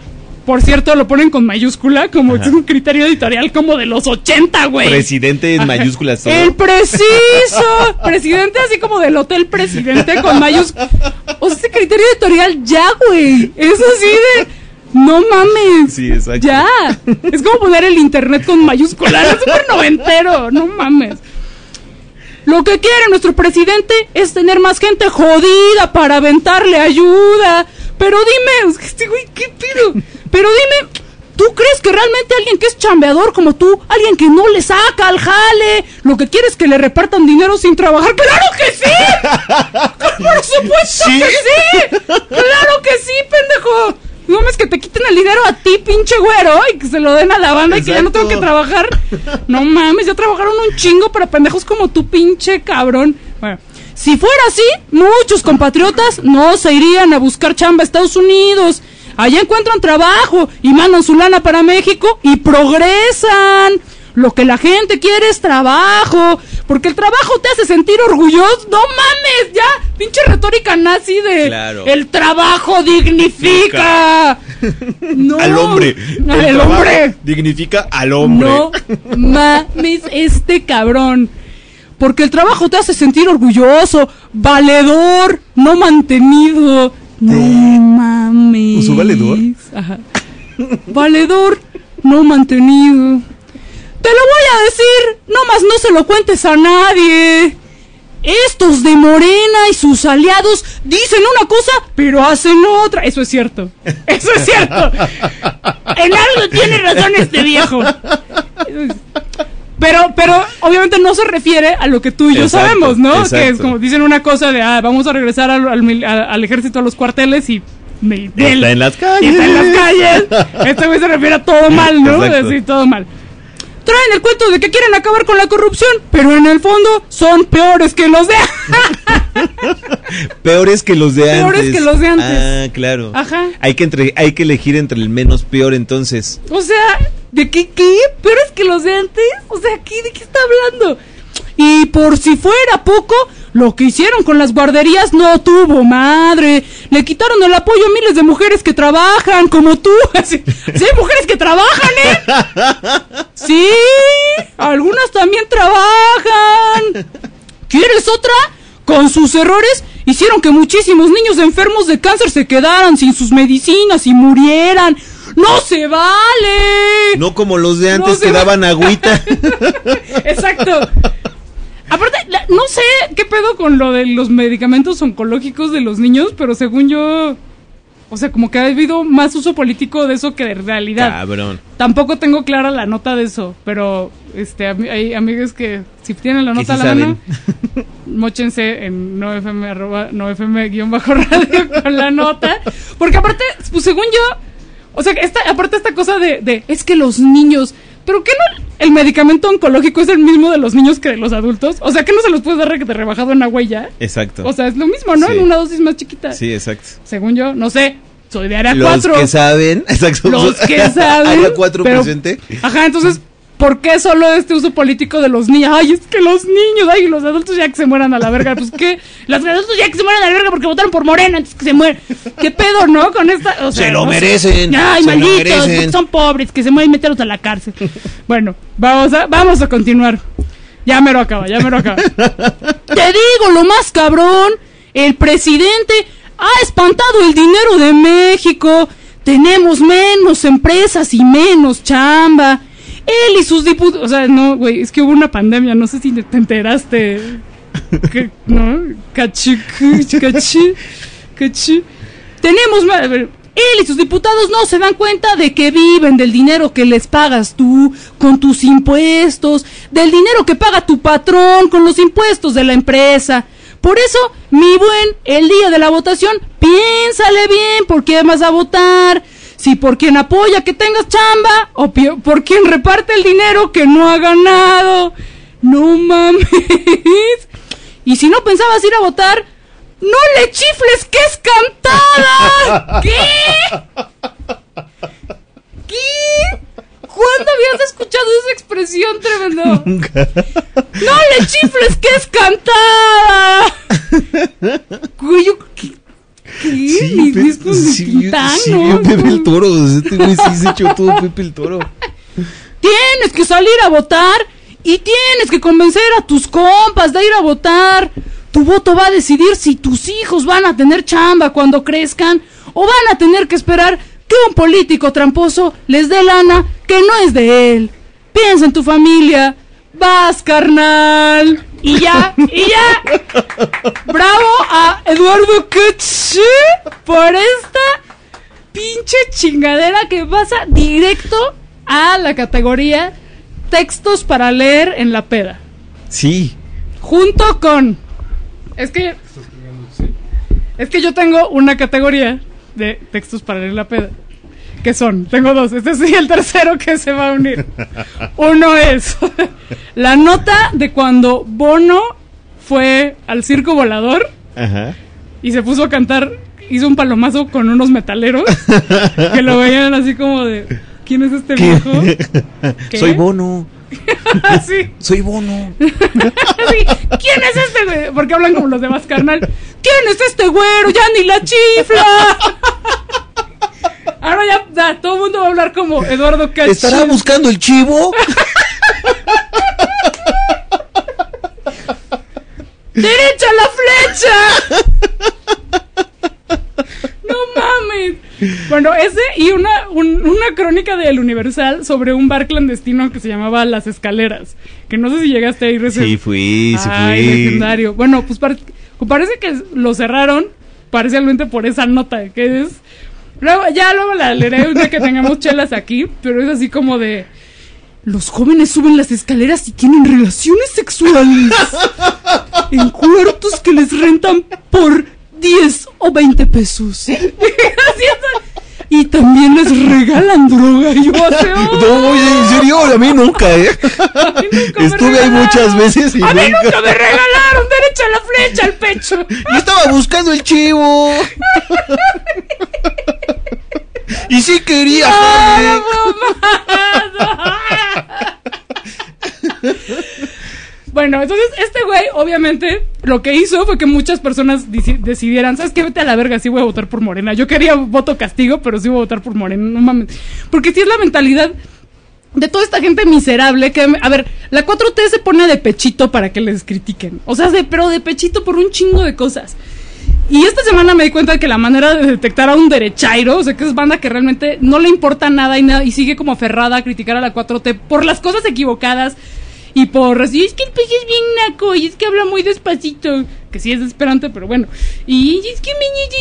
por cierto, lo ponen con mayúscula, como es un criterio editorial como de los 80, güey. Presidente en mayúsculas todo. El preciso. Presidente así como del Hotel Presidente con mayúsculas. O sea, ese criterio editorial ya, güey. Es así de... No mames. Sí, exacto. Ya. Es como poner el internet con mayúsculas. Es súper noventero. No mames. Lo que quiere nuestro presidente es tener más gente jodida para aventarle ayuda. Pero dime, güey, ¿qué pido? Pero dime, ¿tú crees que realmente alguien que es chambeador como tú, alguien que no le saca al jale, lo que quiere es que le repartan dinero sin trabajar? ¡Claro que sí! ¡Por supuesto que sí! ¡Claro que sí, pendejo! No mames, que te quiten el dinero a ti, pinche güero, y que se lo den a la banda. Exacto. Y que ya no tengo que trabajar. No mames, ya trabajaron un chingo para pendejos como tú, pinche cabrón. Bueno, si fuera así, muchos compatriotas no se irían a buscar chamba a Estados Unidos. Allá encuentran trabajo y mandan su lana para México y progresan. Lo que la gente quiere es trabajo, porque el trabajo te hace sentir orgulloso. No mames, ya, pinche retórica nazi de claro. El trabajo dignifica. No, al hombre. El hombre dignifica al hombre. No mames, cabrón. Porque el trabajo te hace sentir orgulloso, valedor, no mantenido. No mames. ¿Usó valedor? Ajá. Valedor, no mantenido. Te lo voy a decir, nomás no se lo cuentes a nadie. Estos de Morena y sus aliados dicen una cosa, pero hacen otra. Eso es cierto. Eso es cierto. En algo tiene razón este viejo. Pero obviamente no se refiere a lo que tú y yo sabemos, ¿no? Exacto. Que es como dicen una cosa de, vamos a regresar al ejército, a los cuarteles y... Está en las calles. Está en las calles. Este güey se refiere a todo mal, ¿no? Sí, todo mal. Traen el cuento de que quieren acabar con la corrupción, pero en el fondo son peores que los de peores que los de antes. Peores que los de antes. Ah, claro. Ajá. Hay que elegir entre el menos peor entonces. O sea, ¿de qué? ¿Peores que los de antes? O sea, ¿de qué está hablando? Y por si fuera poco, lo que hicieron con las guarderías no tuvo madre. Le quitaron el apoyo a miles de mujeres que trabajan, como tú. Sí, hay mujeres que trabajan, ¿eh? Sí, algunas también trabajan. ¿Quieres otra? Con sus errores hicieron que muchísimos niños enfermos de cáncer se quedaran sin sus medicinas y murieran. ¡No se vale! No como los de antes que daban agüita. Exacto. Aparte, no sé qué pedo con lo de los medicamentos oncológicos de los niños, pero según yo, o sea, como que ha habido más uso político de eso que de realidad. Cabrón. Tampoco tengo clara la nota de eso, pero hay amigos que si tienen la nota a la mano, móchense en nofm_radio con la nota, porque aparte, pues según yo, o sea, aparte esta cosa de es que los niños, pero ¿qué no? ¿El medicamento oncológico es el mismo de los niños que de los adultos? O sea, ¿que no se los puedes dar de rebajado en agua y ya? Exacto. O sea, es lo mismo, ¿no? Sí. En una dosis más chiquita. Sí, exacto. Según yo, no sé, soy de área 4. Los que saben, exacto. Los que saben. Área 4 presente. Ajá, entonces, ¿por qué solo este uso político de los niños? Ay, es que los niños, ay, los adultos ya que se mueran a la verga. Pues ¿qué? Los adultos ya que se mueran a la verga porque votaron por Morena, antes que se mueren. ¿Qué pedo, no? Con esta, o sea, se lo merecen. Ay, malditos, son pobres, que se mueren, meterlos a la cárcel. Bueno, vamos a continuar. Ya mero acaba. Te digo, lo más cabrón, el presidente ha espantado el dinero de México. Tenemos menos empresas y menos chamba. Él y sus diputados, o sea, no, güey, es que hubo una pandemia, no sé si te enteraste. ¿No? Cachi. Tenemos más. Él y sus diputados no se dan cuenta de que viven del dinero que les pagas tú con tus impuestos, del dinero que paga tu patrón con los impuestos de la empresa. Por eso, mi buen, el día de la votación, piénsale bien por qué vas a votar. Si por quien apoya que tengas chamba o por quien reparte el dinero que no ha ganado. No mames. Y si no pensabas ir a votar, ¡no le chifles que es cantada! ¿Qué? ¿Cuándo habías escuchado esa expresión, tremendo? Nunca. ¡No le chifles que es cantada! Güey, ¿qué? Sí, Ni con Tintán, sí, ¿no? vio Pepe el Toro. O sea, este güey sí se echó todo Pepe el Toro. Tienes que salir a votar y tienes que convencer a tus compas de ir a votar. Tu voto va a decidir si tus hijos van a tener chamba cuando crezcan o van a tener que esperar que un político tramposo les dé lana que no es de él. Piensa en tu familia. Vas, carnal. Y ya. Bravo a Eduardo Caché por esta pinche chingadera que pasa directo a la categoría textos para leer en la peda. Sí. Junto con... Es que yo tengo una categoría de textos para leer en la peda. Que son, tengo dos, este es el tercero que se va a unir. Uno es la nota de cuando Bono fue al circo volador. Ajá. Y se puso a cantar, hizo un palomazo con unos metaleros que lo veían así como de, ¿quién es este viejo? ¿Qué? Soy Bono. Sí. Soy Bono. Sí. ¿Quién es este güey? Porque hablan como los demás, carnal. ¿Quién es este güero? Ya ni la chifla. Ahora ya todo el mundo va a hablar como Eduardo Caché. ¿Estará buscando el chivo? ¡Derecha la flecha! ¡No mames! Bueno, ese y una crónica del Universal sobre un bar clandestino que se llamaba Las Escaleras. Que no sé si llegaste a ir recién. Sí fui. Legendario. Bueno, pues parece que lo cerraron parcialmente por esa nota, que es... Luego la leeré un día que tengamos chelas aquí, pero es así como de... Los jóvenes suben las escaleras y tienen relaciones sexuales en cuartos que les rentan por 10 o 20 pesos. Y también les regalan droga. Y yo hace... No, en serio, a mí nunca, Estuve ahí muchas veces y a mí nunca me regalaron. Derecha la flecha al pecho. Yo estaba buscando el chivo. Y sí quería. Bueno, entonces este güey obviamente lo que hizo fue que muchas personas decidieran, ¿sabes qué? Vete a la verga, sí voy a votar por Morena. Yo quería voto castigo, pero sí voy a votar por Morena, no mames. Porque sí es la mentalidad de toda esta gente miserable que, a ver, la 4T se pone de pechito para que les critiquen. O sea, pero de pechito por un chingo de cosas. Y esta semana me di cuenta de que la manera de detectar a un derechairo, o sea, que es banda que realmente no le importa nada y sigue como aferrada a criticar a la 4T por las cosas equivocadas y por así, es que el peje es bien naco y es que habla muy despacito, que sí es desesperante, pero bueno. Y es que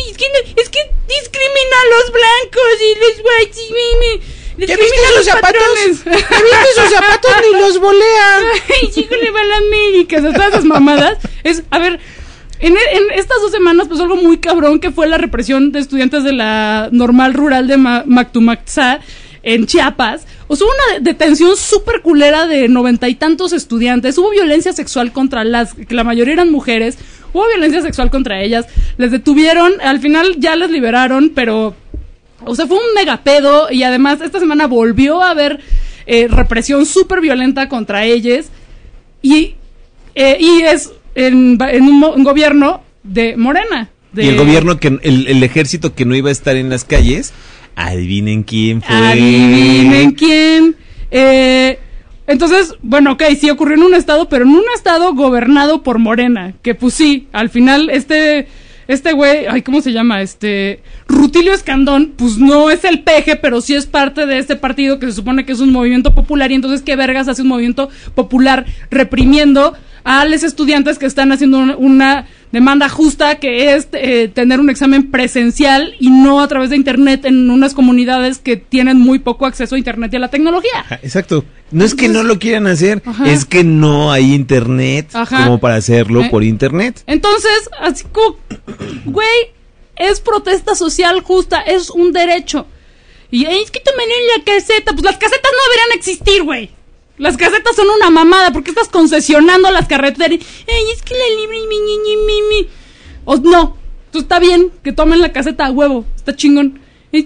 discrimina a los blancos y los whites y ¿Ya viste sus zapatos? ¿Ya viste sus zapatos? Ni los volea. Ay, chico, le va a la América. O sea, todas esas mamadas. A ver, en estas 2 semanas pasó algo muy cabrón, que fue la represión de estudiantes de la normal rural de Mactumaxá en Chiapas. O sea, hubo una detención súper culera de 90 y tantos estudiantes. Hubo violencia sexual contra que la mayoría eran mujeres. Hubo violencia sexual contra ellas. Les detuvieron. Al final ya les liberaron, pero... O sea, fue un megapedo. Y además esta semana volvió a haber represión súper violenta contra ellas. Y es en un gobierno de Morena. Y el gobierno, que el ejército que no iba a estar en las calles, adivinen quién fue. Adivinen quién. Entonces, bueno, ok, sí ocurrió en un estado, pero en un estado gobernado por Morena. Que pues sí, al final este güey, ay, ¿cómo se llama? Rutilio Escandón, pues no es el peje, pero sí es parte de este partido que se supone que es un movimiento popular. Y entonces, ¿qué vergas hace un movimiento popular reprimiendo a los estudiantes que están haciendo una demanda justa, que es tener un examen presencial y no a través de internet en unas comunidades que tienen muy poco acceso a internet y a la tecnología? Exacto. No es que no lo quieran hacer, es que no hay internet como para hacerlo por internet. Entonces, así como, güey, es protesta social justa, es un derecho. Y es que tomen en la caseta, pues las casetas no deberían existir, güey. Las casetas son una mamada, ¿por qué estás concesionando las carreteras? Ay, es que la libre mi. O no, tú está bien que tomen la caseta a huevo, está chingón.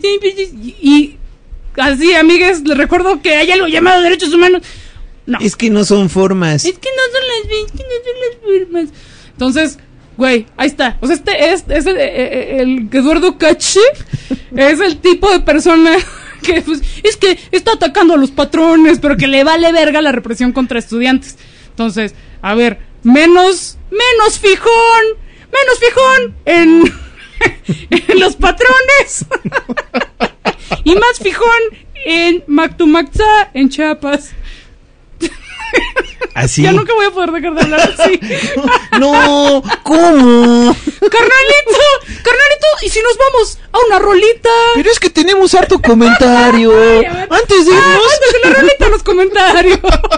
Y así, amigues, les recuerdo que hay algo llamado derechos humanos. No. Es que no son formas. Es que no son las formas. Entonces, Güey, ahí está. O sea, el Eduardo Caché es el tipo de persona que pues, es que está atacando a los patrones, pero que le vale verga la represión contra estudiantes. Entonces, a ver, menos fijón en los patrones y más fijón en Mactumaxá en Chiapas. Así. Ya nunca voy a poder dejar de hablar así. No, ¿cómo? Carnalito, ¿y si nos vamos a una rolita? Pero es que tenemos harto comentario. Antes de irnos. Antes de la rolita, los comentarios.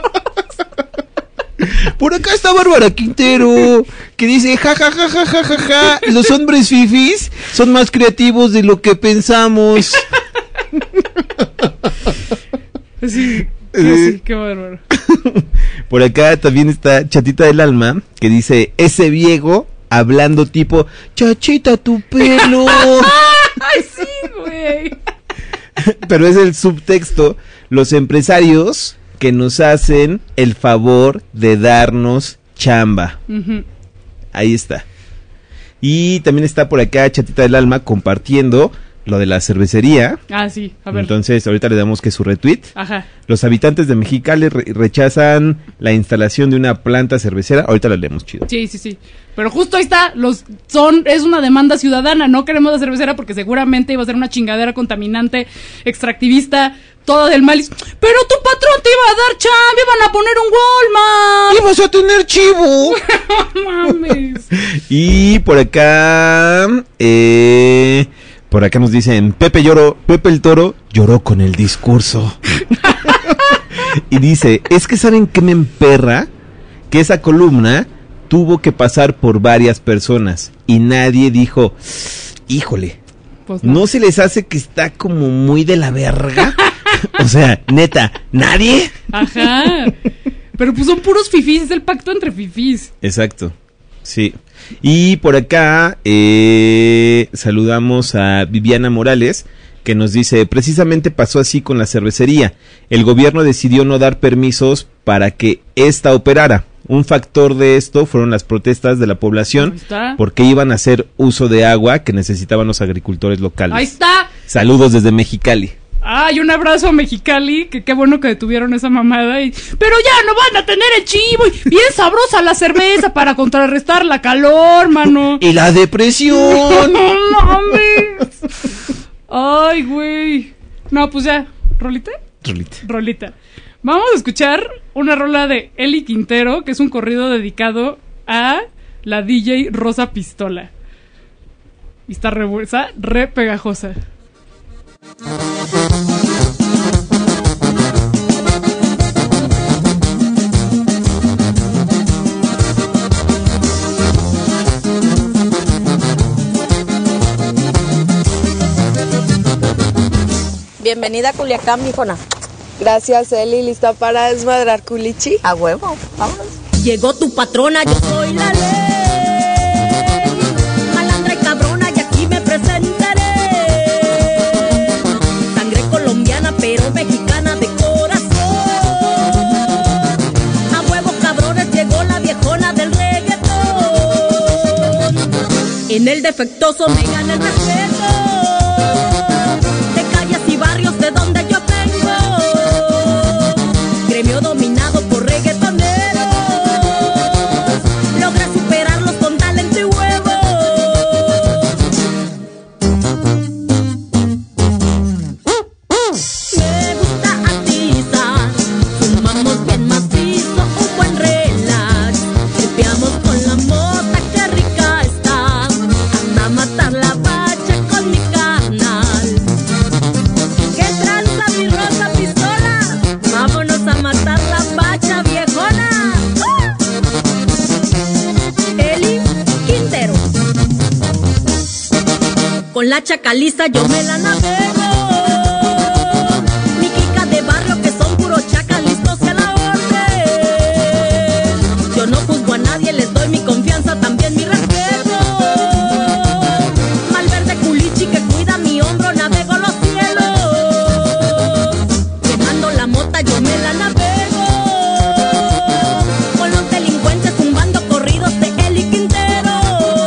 Por acá está Bárbara Quintero, que dice, ja, los hombres fifís son más creativos de lo que pensamos. Sí, qué bárbaro. Por acá también está Chatita del Alma, que dice, ese viejo hablando tipo, chachita tu pelo. Ay, sí, güey. Pero es el subtexto, los empresarios que nos hacen el favor de darnos chamba. Uh-huh. Ahí está. Y también está por acá Chatita del Alma compartiendo lo de la cervecería. Ah, sí, a ver. Entonces ahorita le damos que su retweet. Ajá. Los habitantes de Mexicali rechazan la instalación de una planta cervecera. Ahorita la leemos, chido. Sí. Pero justo ahí está, es una demanda ciudadana, no queremos la cervecera porque seguramente iba a ser una chingadera contaminante, extractivista, todo del mal. Pero tu patrón te iba a dar chamba, iban a poner un Walmart. ¡Ibas a tener chivo! No mames. Y por acá, nos dicen, Pepe el Toro lloró con el discurso. Y dice, es que ¿saben qué me emperra? Que esa columna tuvo que pasar por varias personas y nadie dijo, híjole, Pues ¿no se les hace que está como muy de la verga? O sea, neta, ¿nadie? Ajá. Pero pues son puros fifís, es el pacto entre fifís. Exacto, sí. Y por acá saludamos a Viviana Morales, que nos dice, precisamente pasó así con la cervecería. El gobierno decidió no dar permisos para que ésta operara. Un factor de esto fueron las protestas de la población porque iban a hacer uso de agua que necesitaban los agricultores locales. Ahí está. Saludos desde Mexicali. Ay, un abrazo a Mexicali, que qué bueno que detuvieron esa mamada. Pero ya no van a tener el chivo. Y bien sabrosa la cerveza para contrarrestar la calor, mano. Y la depresión. No mames. Ay, güey. No, pues ya. ¿Rolita? Rolita. Vamos a escuchar una rola de Eli Quintero, que es un corrido dedicado a la DJ Rosa Pistola. Y está re pegajosa. Bienvenida a Culiacán, mijona. Gracias, Eli. ¿Lista para desmadrar culichi? A huevo, vámonos. Llegó tu patrona, yo soy la ley. Malandra y cabrona, y aquí me presentaré. Sangre colombiana, pero mexicana de corazón. A huevo, cabrones, llegó la viejona del reggaetón. En el defectuoso me gana el respeto. De calles y barrios de donde yo vengo. Gremio dominado por reggaetoneros. Logré superarlos con talento y huevo. Me gusta atizar. Fumamos bien macizo, un buen relax. Tripeamos con la mota, qué rica está. Anda a matar la bacha con mi carnal. ¿Qué tranza mi Rosa Pistola? Vámonos a matar la bacha viejona. Eli Quintero. Con la chacaliza yo me la navego. Mi clica de barrio que son puros chacalistas a la orden. Yo no juzgo a nadie, les doy mi confianza, también mi respeto. Malverde culichi que cuida mi hombro, navego los cielos. Quemando la mota yo me la navego. Con los delincuentes zumbando corridos de Eli Quintero.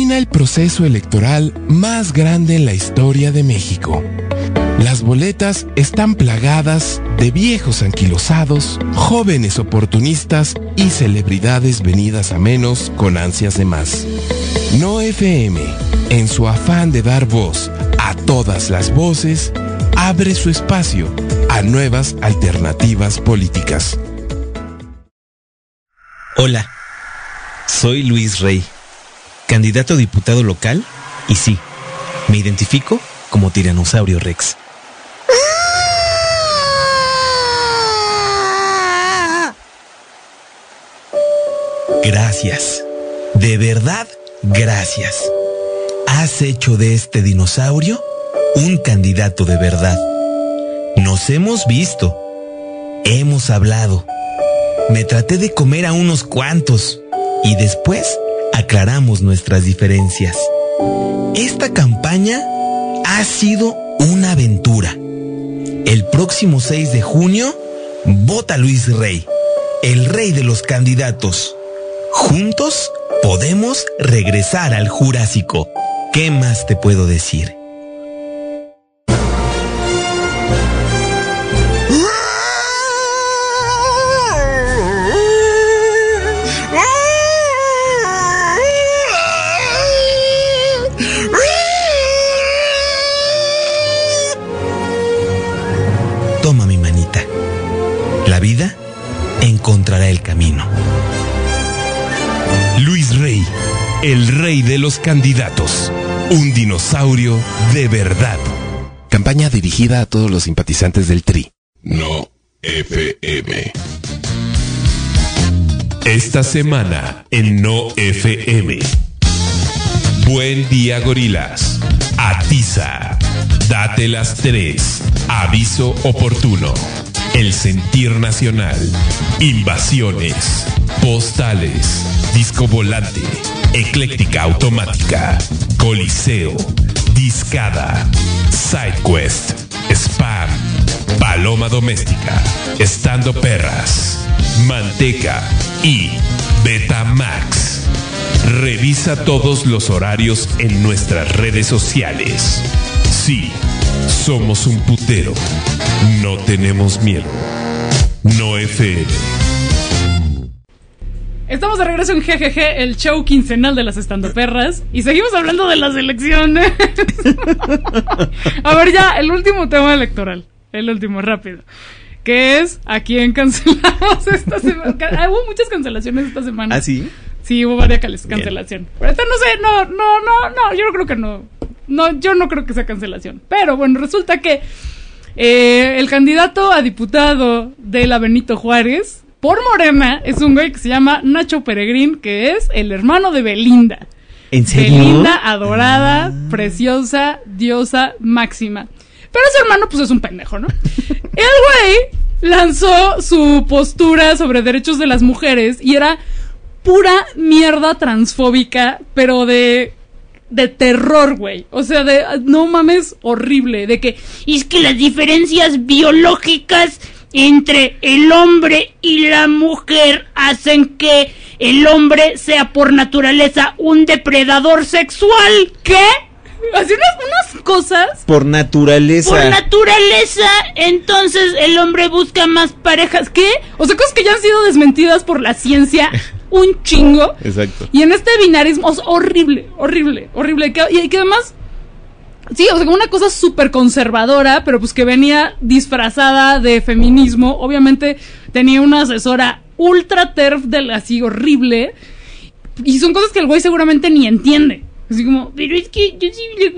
Termina el proceso electoral más grande en la historia de México. Las boletas están plagadas de viejos anquilosados, jóvenes oportunistas y celebridades venidas a menos con ansias de más. No FM, en su afán de dar voz a todas las voces, abre su espacio a nuevas alternativas políticas. Hola, soy Luis Rey, candidato a diputado local, y sí, me identifico como Tiranosaurio Rex. Gracias, de verdad, gracias. Has hecho de este dinosaurio un candidato de verdad. Nos hemos visto, hemos hablado, me traté de comer a unos cuantos y después aclaramos nuestras diferencias. Esta campaña ha sido una aventura. El próximo 6 de junio, vota Luis Rey, el rey de los candidatos. Juntos podemos regresar al Jurásico. ¿Qué más te puedo decir? Toma mi manita. La vida encontrará el camino. Luis Rey, el rey de los candidatos. Un dinosaurio de verdad. Campaña dirigida a todos los simpatizantes del TRI. No FM. Esta semana en No FM. Buen día, gorilas. Atiza. Date las 3. Aviso oportuno. El sentir nacional. Invasiones. Postales. Disco volante. Ecléctica automática. Coliseo. Discada. SideQuest. Spam. Paloma doméstica. Estando perras. Manteca. Y Betamax. Revisa todos los horarios en nuestras redes sociales. Sí, somos un putero. No tenemos miedo. No FM. Estamos de regreso en GGG, el show quincenal de las estandoperras. Y seguimos hablando de las elecciones. A ver, ya, el último tema electoral. El último, rápido. Que es a quién cancelamos esta semana. Hubo muchas cancelaciones esta semana. ¿Ah, sí? Sí, hubo varias cancelaciones. Pero esta no sé, no, yo no creo que no. No, yo no creo que sea cancelación. Pero bueno, resulta que el candidato a diputado de la Benito Juárez por Morena es un güey que se llama Nacho Peregrín, que es el hermano de Belinda. ¿En serio? Belinda, adorada, preciosa, diosa máxima. Pero su hermano, pues es un pendejo, ¿no? El güey lanzó su postura sobre derechos de las mujeres y era pura mierda transfóbica, pero de terror, güey. O sea, no mames, horrible. De que es que las diferencias biológicas entre el hombre y la mujer hacen que el hombre sea por naturaleza un depredador sexual. ¿Qué? Así unas cosas. Por naturaleza. Por naturaleza, entonces el hombre busca más parejas. ¿Qué? O sea, cosas que ya han sido desmentidas por la ciencia un chingo. Exacto. Y en este binarismo es horrible. Y que además, sí, o sea, como una cosa súper conservadora, pero pues que venía disfrazada de feminismo. Obviamente tenía una asesora ultra TERF así horrible. Y son cosas que el güey seguramente ni entiende. Así como, pero es que yo sí...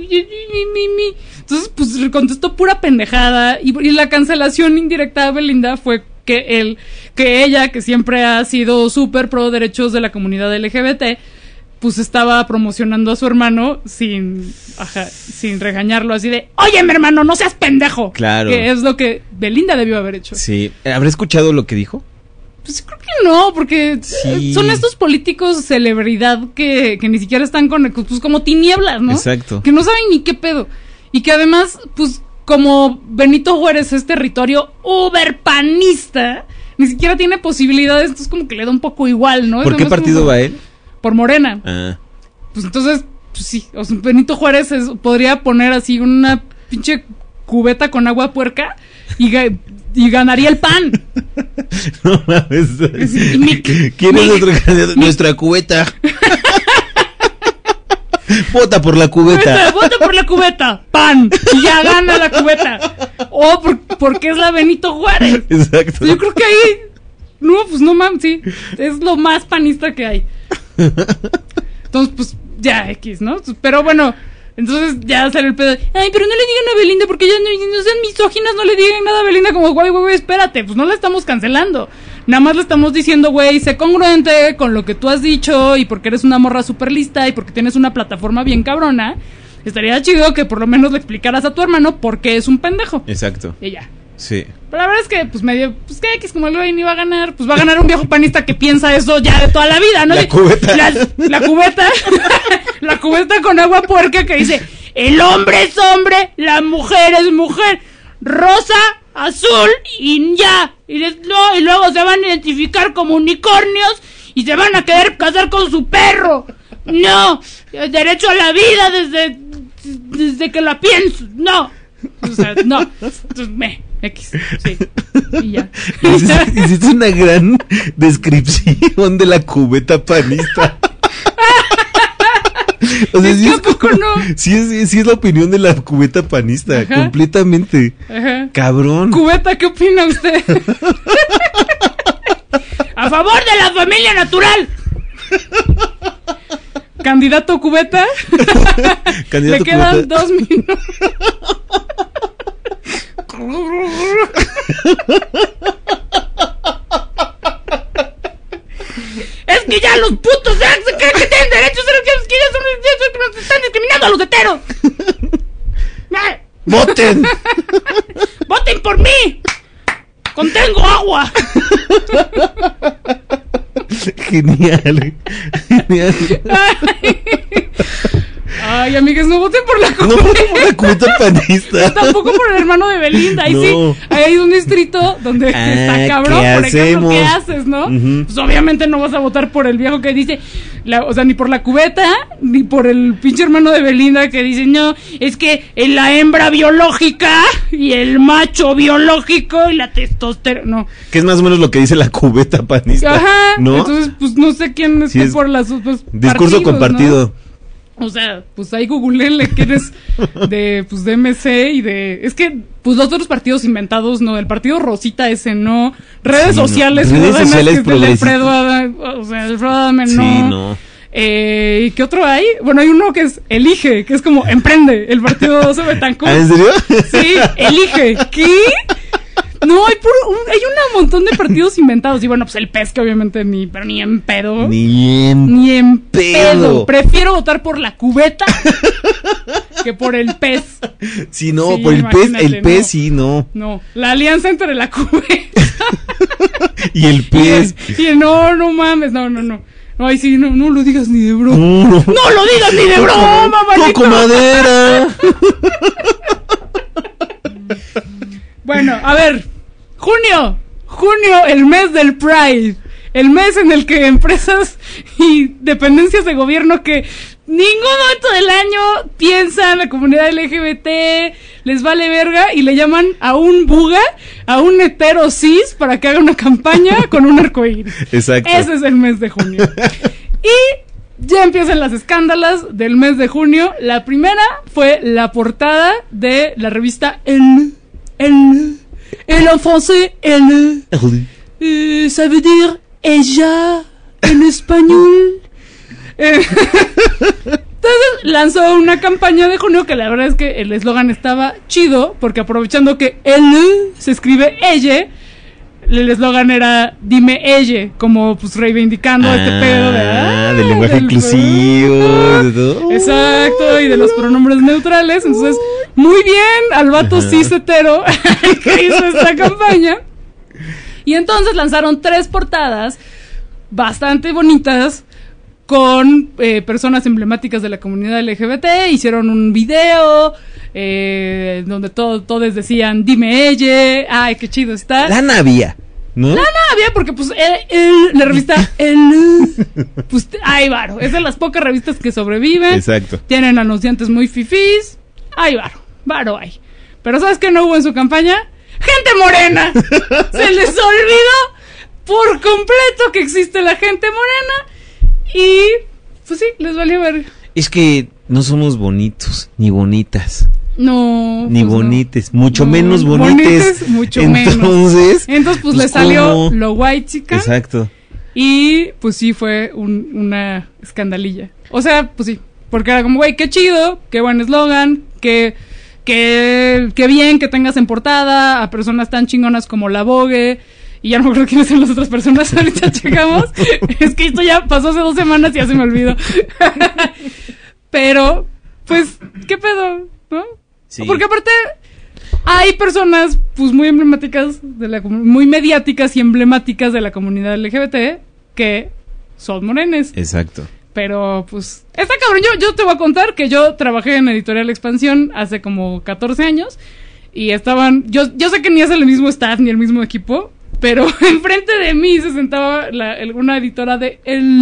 Entonces, pues contestó pura pendejada. Y la cancelación indirecta de Belinda fue que ella, que siempre ha sido súper pro derechos de la comunidad LGBT, pues estaba promocionando a su hermano sin regañarlo, así de, oye, mi hermano, no seas pendejo. Claro. Que es lo que Belinda debió haber hecho. Sí. ¿Habrá escuchado lo que dijo? Pues creo que no, porque sí, son estos políticos celebridad que ni siquiera están pues como tinieblas, ¿no? Exacto. Que no saben ni qué pedo. Y que además, pues, como Benito Juárez es territorio uberpanista, ni siquiera tiene posibilidades, entonces como que le da un poco igual, ¿no? ¿Por qué partido va él? Por Morena. Ah. Pues entonces, pues sí, o sea, Benito Juárez podría poner así una pinche cubeta con agua puerca y ganaría el PAN. No mames. ¿Quién es nuestro candidato? Nuestra cubeta. Vota por la cubeta. Vota por la cubeta. PAN. Y ya gana la cubeta. O porque es la Benito Juárez. Exacto. Yo creo que ahí. No, pues no mames, sí. Es lo más panista que hay. Entonces, pues, ya, X, ¿no? Pero bueno, entonces ya sale el pedo. Ay, pero no le digan a Belinda porque ya no sean misóginas, no le digan nada a Belinda como, güey, espérate, pues no la estamos cancelando. Nada más le estamos diciendo, güey, sé congruente con lo que tú has dicho y porque eres una morra súper lista y porque tienes una plataforma bien cabrona. Estaría chido que por lo menos le explicaras a tu hermano por qué es un pendejo. Exacto. Y ya. Sí. Pero la verdad es que, pues medio, pues que X como el güey ni va a ganar, pues va a ganar un viejo panista que piensa eso ya de toda la vida, ¿no? La cubeta. La cubeta. La cubeta con agua puerca que dice, el hombre es hombre, la mujer es mujer. Rosa, azul y ya. Y luego se van a identificar como unicornios y se van a querer casar con su perro. No, el derecho a la vida desde que la pienso. No. O sea, no. Entonces, X. Sí. Y ya. Hiciste una gran descripción de la cubeta panista. O sea, sí, es la opinión de la cubeta panista. Ajá. Completamente. Ajá. Cabrón. Cubeta, ¿qué opina usted? A favor de la familia natural. Candidato cubeta. Candidato Le quedan cubeta. 2 minutos. Es que ya los putos se creen que tienen derechos, que nos están discriminando a los heteros. ¡Voten! ¡Voten por mí! ¡Contengo agua! Genial. Ay, amigas, no voten por la cubeta. No voten por la cubeta panista. Tampoco por el hermano de Belinda. Ahí no. Sí, ahí hay un distrito donde está cabrón, por ejemplo, ¿qué haces, no? Pues obviamente no vas a votar por el viejo que dice, o sea, ni por la cubeta, ni por el pinche hermano de Belinda que dice, no, es que la hembra biológica y el macho biológico y la testosterona, no. Que es más o menos lo que dice la cubeta panista. Ajá, ¿no? Entonces, pues no sé quién esté por las pues, discurso compartido, ¿no? O sea, pues ahí googleenle quién es de MC y de... Es que, pues los otros partidos inventados, no, el partido Rosita ese no, redes sociales, redes sociales que es del Alfredo Adame, no. Sí, no. ¿Y qué otro hay? Bueno, hay uno que es Elige, que es como Emprende, el partido Oso Betancourt. ¿En serio? Sí, Elige. ¿Qué? No, hay un montón de partidos inventados. Y bueno, pues el PES que obviamente ni en pedo. Ni en pedo. Prefiero votar por la cubeta que por el PES. Sí, no, sí, por el PES, no. Sí, no. No, la alianza entre la cubeta y el PES. No mames, no. Ay, sí, no lo digas ni de broma. No lo digas ni de broma, manito. Toco madera. Bueno, a ver, junio, el mes del Pride, el mes en el que empresas y dependencias de gobierno que ningún momento del año piensan la comunidad LGBT, les vale verga y le llaman a un buga, a un hetero cis para que haga una campaña con un arcoíris. Exacto. Ese es el mes de junio. Y ya empiezan las escándalas del mes de junio. La primera fue la portada de la revista en français, ça veut dire ella en español. Entonces lanzó una campaña de junio que la verdad es que el eslogan estaba chido, porque aprovechando que se escribe ella, el eslogan era dime ella, como pues reivindicando este pedo del lenguaje inclusivo, de todo. Exacto, y de los pronombres neutrales. Entonces, muy bien al vato cis hetero que hizo esta campaña. Y entonces lanzaron 3 portadas bastante bonitas con personas emblemáticas de la comunidad LGBT. Hicieron un video donde todos decían dime ella, ay, qué chido está. Lana había. ¿No? No, había porque pues la revista pues hay varo. Es de las pocas revistas que sobreviven. Exacto. Tienen anunciantes muy fifís. Hay varo hay. Pero ¿sabes qué no hubo en su campaña? ¡Gente morena! Se les olvidó por completo que existe la gente morena. Y pues sí, les valió ver. Es que no somos bonitos, ni bonitas. No. Ni pues bonites, no. mucho menos bonites. Mucho Entonces, menos. Pues le salió lo white chica. Exacto. Y pues sí fue una escandalilla. O sea, pues sí. Porque era como, güey, qué chido, qué buen eslogan, qué bien que tengas en portada a personas tan chingonas como la Vogue. Y ya no me acuerdo quiénes son las otras personas. Ahorita checamos. Es que esto ya pasó hace 2 semanas y ya se me olvidó. Pero, pues, ¿qué pedo? ¿No? Sí. Porque aparte hay personas pues muy emblemáticas muy mediáticas y emblemáticas de la comunidad LGBT que son morenes. Exacto. Pero pues está cabrón. Yo te voy a contar que yo trabajé en Editorial Expansión hace como 14 años y estaban, yo sé que ni es el mismo staff ni el mismo equipo, pero enfrente de mí se sentaba una editora de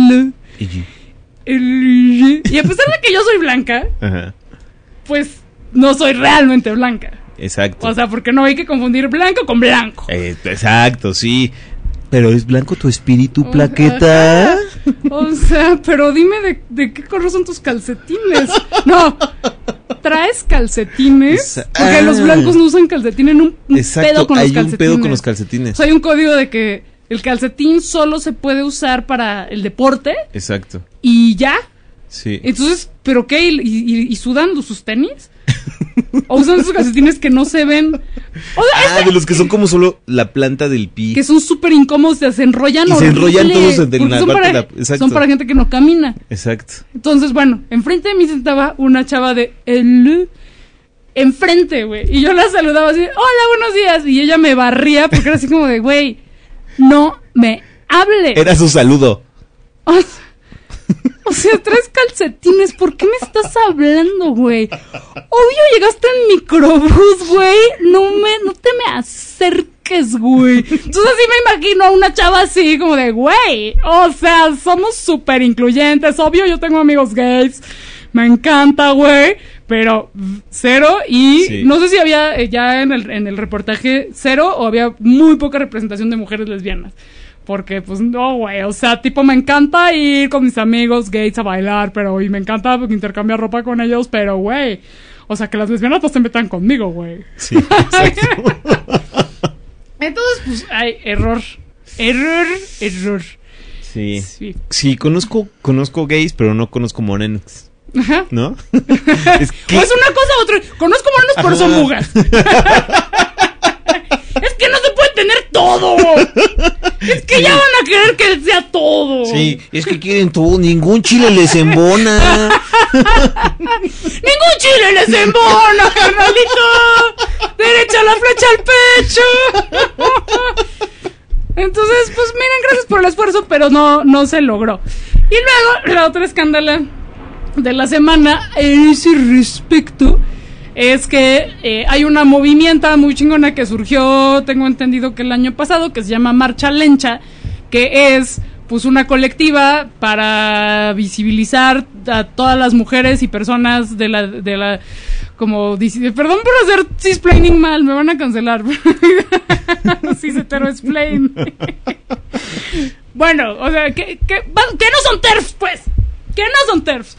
y a pesar de que yo soy blanca, ajá, pues no soy realmente blanca. Exacto. O sea, porque no hay que confundir blanco con blanco. Exacto, sí. Pero es blanco tu espíritu, plaqueta. Ajá. O sea, pero dime de qué color son tus calcetines. No, ¿traes calcetines? Porque los blancos no usan calcetines. Un pedo con los calcetines. Hay un pedo con los calcetines. O sea, hay un código de que el calcetín solo se puede usar para el deporte. Exacto. Y ya. Sí. Entonces, ¿pero qué? ¿Y sudan sus tenis? ¿O usan esos calcetines que no se ven? O sea, de los que son como solo la planta del pie. Que son súper incómodos, se enrollan y horrible. Se enrollan todos en la son, son para gente que no camina. Exacto. Entonces, bueno, enfrente de mí sentaba una chava de enfrente, güey. Y yo la saludaba así, hola, buenos días. Y ella me barría porque era así como de, güey, no me hables. Era su saludo. O sea, traes calcetines, ¿por qué me estás hablando, güey? Obvio llegaste en microbús, güey. No te me acerques, güey. Entonces así me imagino a una chava así, como de, güey. O sea, somos súper incluyentes. Obvio, yo tengo amigos gays. Me encanta, güey. Pero cero. Y sí, no sé si había ya en el reportaje cero o había muy poca representación de mujeres lesbianas. Porque, pues, no, güey, o sea, tipo, me encanta ir con mis amigos gays a bailar, y me encanta intercambiar ropa con ellos, pero, güey, o sea, que las lesbianas no se metan conmigo, güey. Sí, exacto. Entonces, pues, hay error. Sí, conozco gays, pero no conozco morenos. Ajá. ¿No? Es que... Pues una cosa u otra. Conozco morenos, pero son bugas. Es que no se puede tener todo. Es que ya van a querer que sea todo. Sí, es que quieren todo. Ningún chile les embona. Ningún chile les embona, carnalito. Derecha la flecha al pecho. Entonces, pues miren, gracias por el esfuerzo, pero no se logró. Y luego, la otra escándala de la semana a ese respecto es que hay una movimienta muy chingona que surgió, tengo entendido que el año pasado, que se llama Marcha Lencha, que es pues una colectiva para visibilizar a todas las mujeres y personas de la como perdón por hacer cisplaining mal, me van a cancelar. Cis-hetero-explain. Bueno, o sea, que no son TERFs, pues. Que no son TERFs.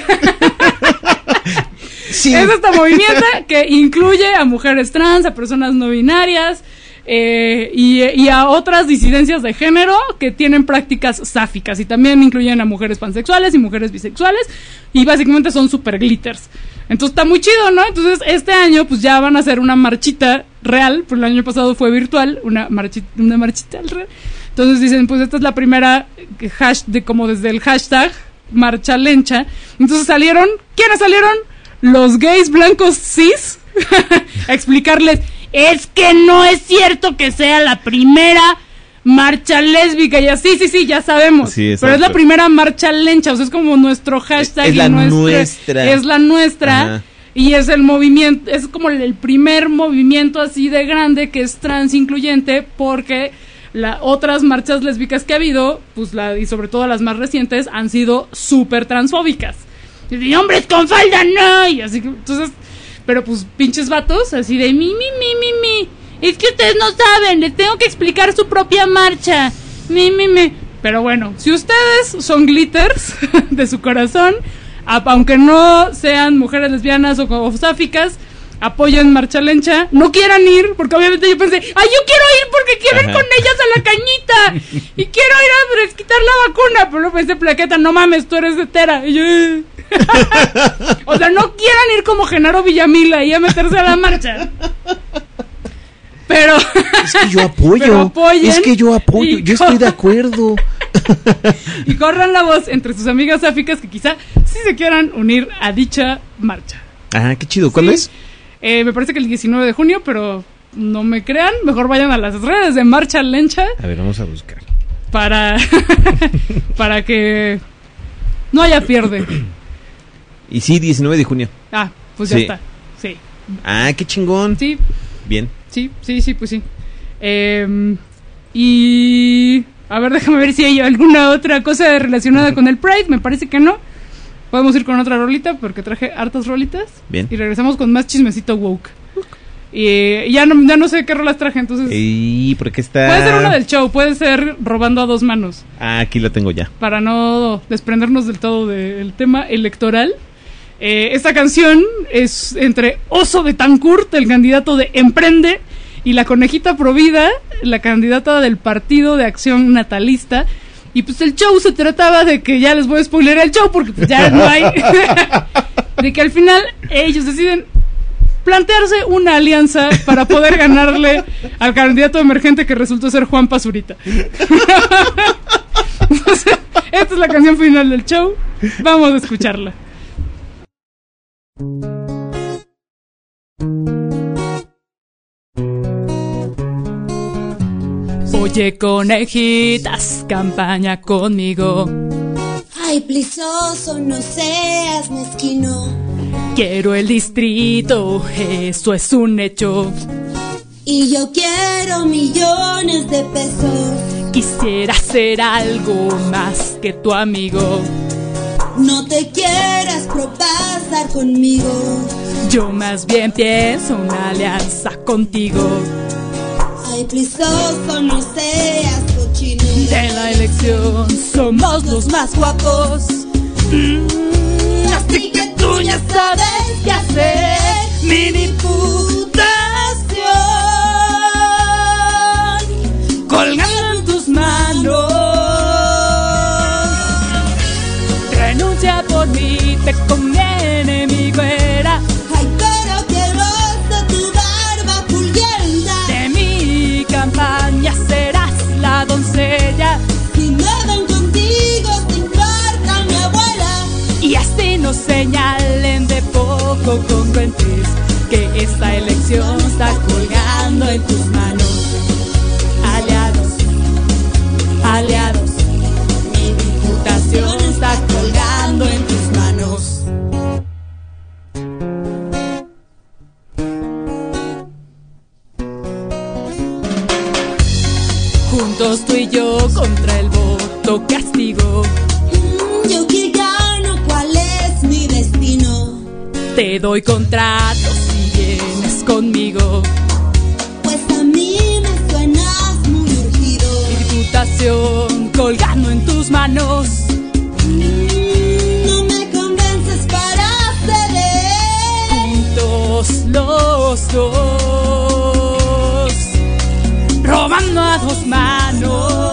Sí. Es esta movimiento que incluye a mujeres trans, a personas no binarias y a otras disidencias de género que tienen prácticas sáficas, y también incluyen a mujeres pansexuales y mujeres bisexuales, y básicamente son super glitters. Entonces está muy chido, ¿no? Entonces este año pues ya van a hacer una marchita real, porque el año pasado fue virtual, una marchita real. Entonces dicen, pues esta es la primera como desde el hashtag Marcha Lencha. Entonces ¿quiénes salieron? Los gays blancos cis a explicarles, es que no es cierto que sea la primera marcha lésbica. Y así, sí, ya sabemos, sí, pero es la primera marcha lencha, o sea, es como nuestro hashtag, es la nuestra. Ajá. Y es el movimiento, es como el primer movimiento así de grande que es trans incluyente, porque otras marchas lésbicas que ha habido, pues y sobre todo las más recientes, han sido súper transfóbicas. Y hombres con falda, no. Y así que, entonces, pero pues pinches vatos, así de mi. Es que ustedes no saben, les tengo que explicar su propia marcha. Mi. Pero bueno, si ustedes son glitters de su corazón, aunque no sean mujeres lesbianas o sáficas, apoyen Marcha Lencha. No quieran ir, porque obviamente yo pensé, yo quiero ir porque quiero ir con ellas a la cañita y quiero ir a quitar la vacuna. Pero luego pensé, Plaqueta, no mames, tú eres de Tera. Y yo, o sea, no quieran ir como Genaro Villamil ahí a meterse a la marcha. Pero es que yo apoyo. Yo estoy de acuerdo. Y corran la voz entre sus amigas sáficas que quizá sí se quieran unir a dicha marcha. Ah, qué chido. ¿Cuándo es? Me parece que el 19 de junio, pero no me crean. Mejor vayan a las redes de Marcha Lencha. A ver, vamos a buscar. Para que no haya pierde. Y sí, 19 de junio. Pues ya está. Sí. Qué chingón. Sí. Bien. Sí, pues sí. Y a ver, déjame ver si hay alguna otra cosa relacionada con el Pride. Me parece que no. Podemos ir con otra rolita porque traje hartas rolitas. Bien. Y regresamos con más chismecito woke. Y ya no sé qué rolas traje, entonces. ¿Y por qué está? Puede ser una del show, puede ser Robando a dos manos. Aquí la tengo ya. Para no desprendernos del todo del tema electoral. Esta canción es entre Oso Betancourt, el candidato de Emprende, y la Conejita Provida, la candidata del Partido de Acción Natalista. Y pues el show se trataba de que, ya les voy a spoiler el show porque pues ya no hay, de que al final ellos deciden plantearse una alianza para poder ganarle al candidato emergente que resultó ser Juan Pazurita. Entonces, esta es la canción final del show. Vamos a escucharla. Oye, conejitas, campaña conmigo. Ay, plisoso, no seas mezquino. Quiero el distrito, eso es un hecho. Y yo quiero millones de pesos. Quisiera ser algo más que tu amigo. No te quieras propasar conmigo. Yo más bien pienso una alianza contigo. Ay, plisoso, no seas cochino. De la elección somos los más guapos. Así que tú ya sabes qué hacer. Mi diputación colgando en tus manos. Renuncia por mí, te conviene mi güera. Ay, pero qué rosa tu barba pulguenta. De mi campaña serás la doncella. Si me ven contigo, te importa mi abuela. Y así nos señalen de poco congruentes que esta elección está colgando en tus manos. Aliados, mi diputación está colgando en tus manos. Juntos tú y yo contra el voto castigo. Yo que gano, ¿cuál es mi destino? Te doy contratos si vienes conmigo. Pues a mí me suenas muy urgido. Mi diputación colgando en tus manos. No me convences para ceder. Juntos los dos, robando a dos manos.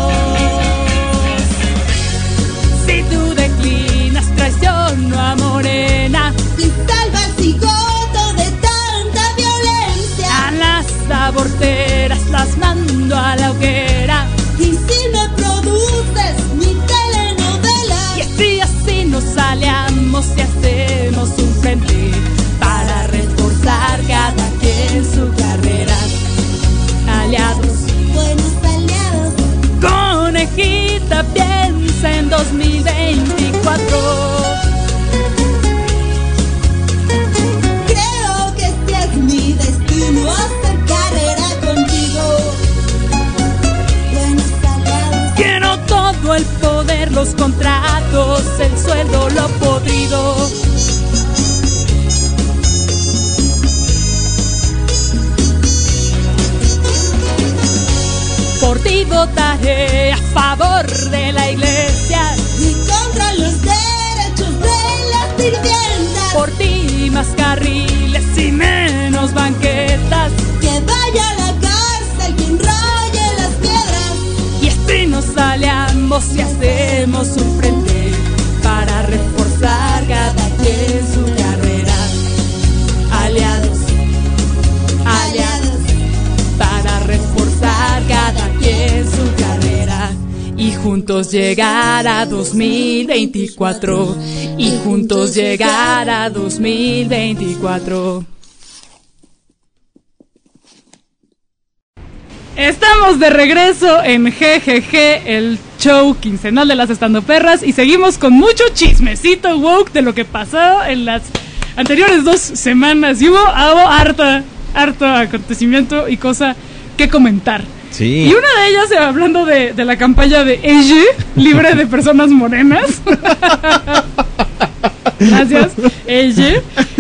Si tú declinas, traiciono a Morena. Y salva el cigoto de tanta violencia. A las aborteras las mando a la hoguera. Y si me produces mi telenovela. Y votaré a favor de la iglesia y contra los derechos de las sirvientas. Por ti más carriles y menos banquetas. Que vaya a la cárcel quien raye las piedras. Y así nos aliamos y hacemos un frente para reforzar cada quien su carrera. Aliados, aliados, para reforzar cada quien su carrera. Y juntos llegar a 2024. Y juntos llegar a 2024. Estamos de regreso en GGG, el show quincenal de las estandoperras, y seguimos con mucho chismecito woke de lo que pasó en las anteriores 2 semanas. Y hubo harto acontecimiento y cosa que comentar. Sí. Y una de ellas, hablando de la campaña de Elle, libre de personas morenas. Gracias, Elle.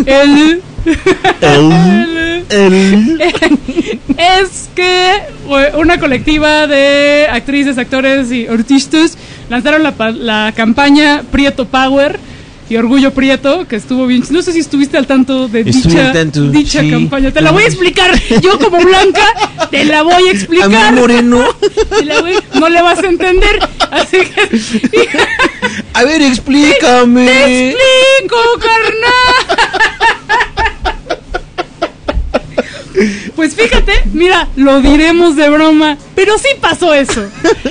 Es que una colectiva de actrices, actores y artistas lanzaron la campaña Prieto Power y Orgullo Prieto, que estuvo bien. No sé si estuviste al tanto de dicha sí. Campaña. Te la voy a explicar. Yo como blanca te la voy a explicar. A mí moreno no le vas a entender. Así que a ver, explícame. Te explico, carnal. Pues fíjate, mira, lo diremos de broma, pero sí pasó eso.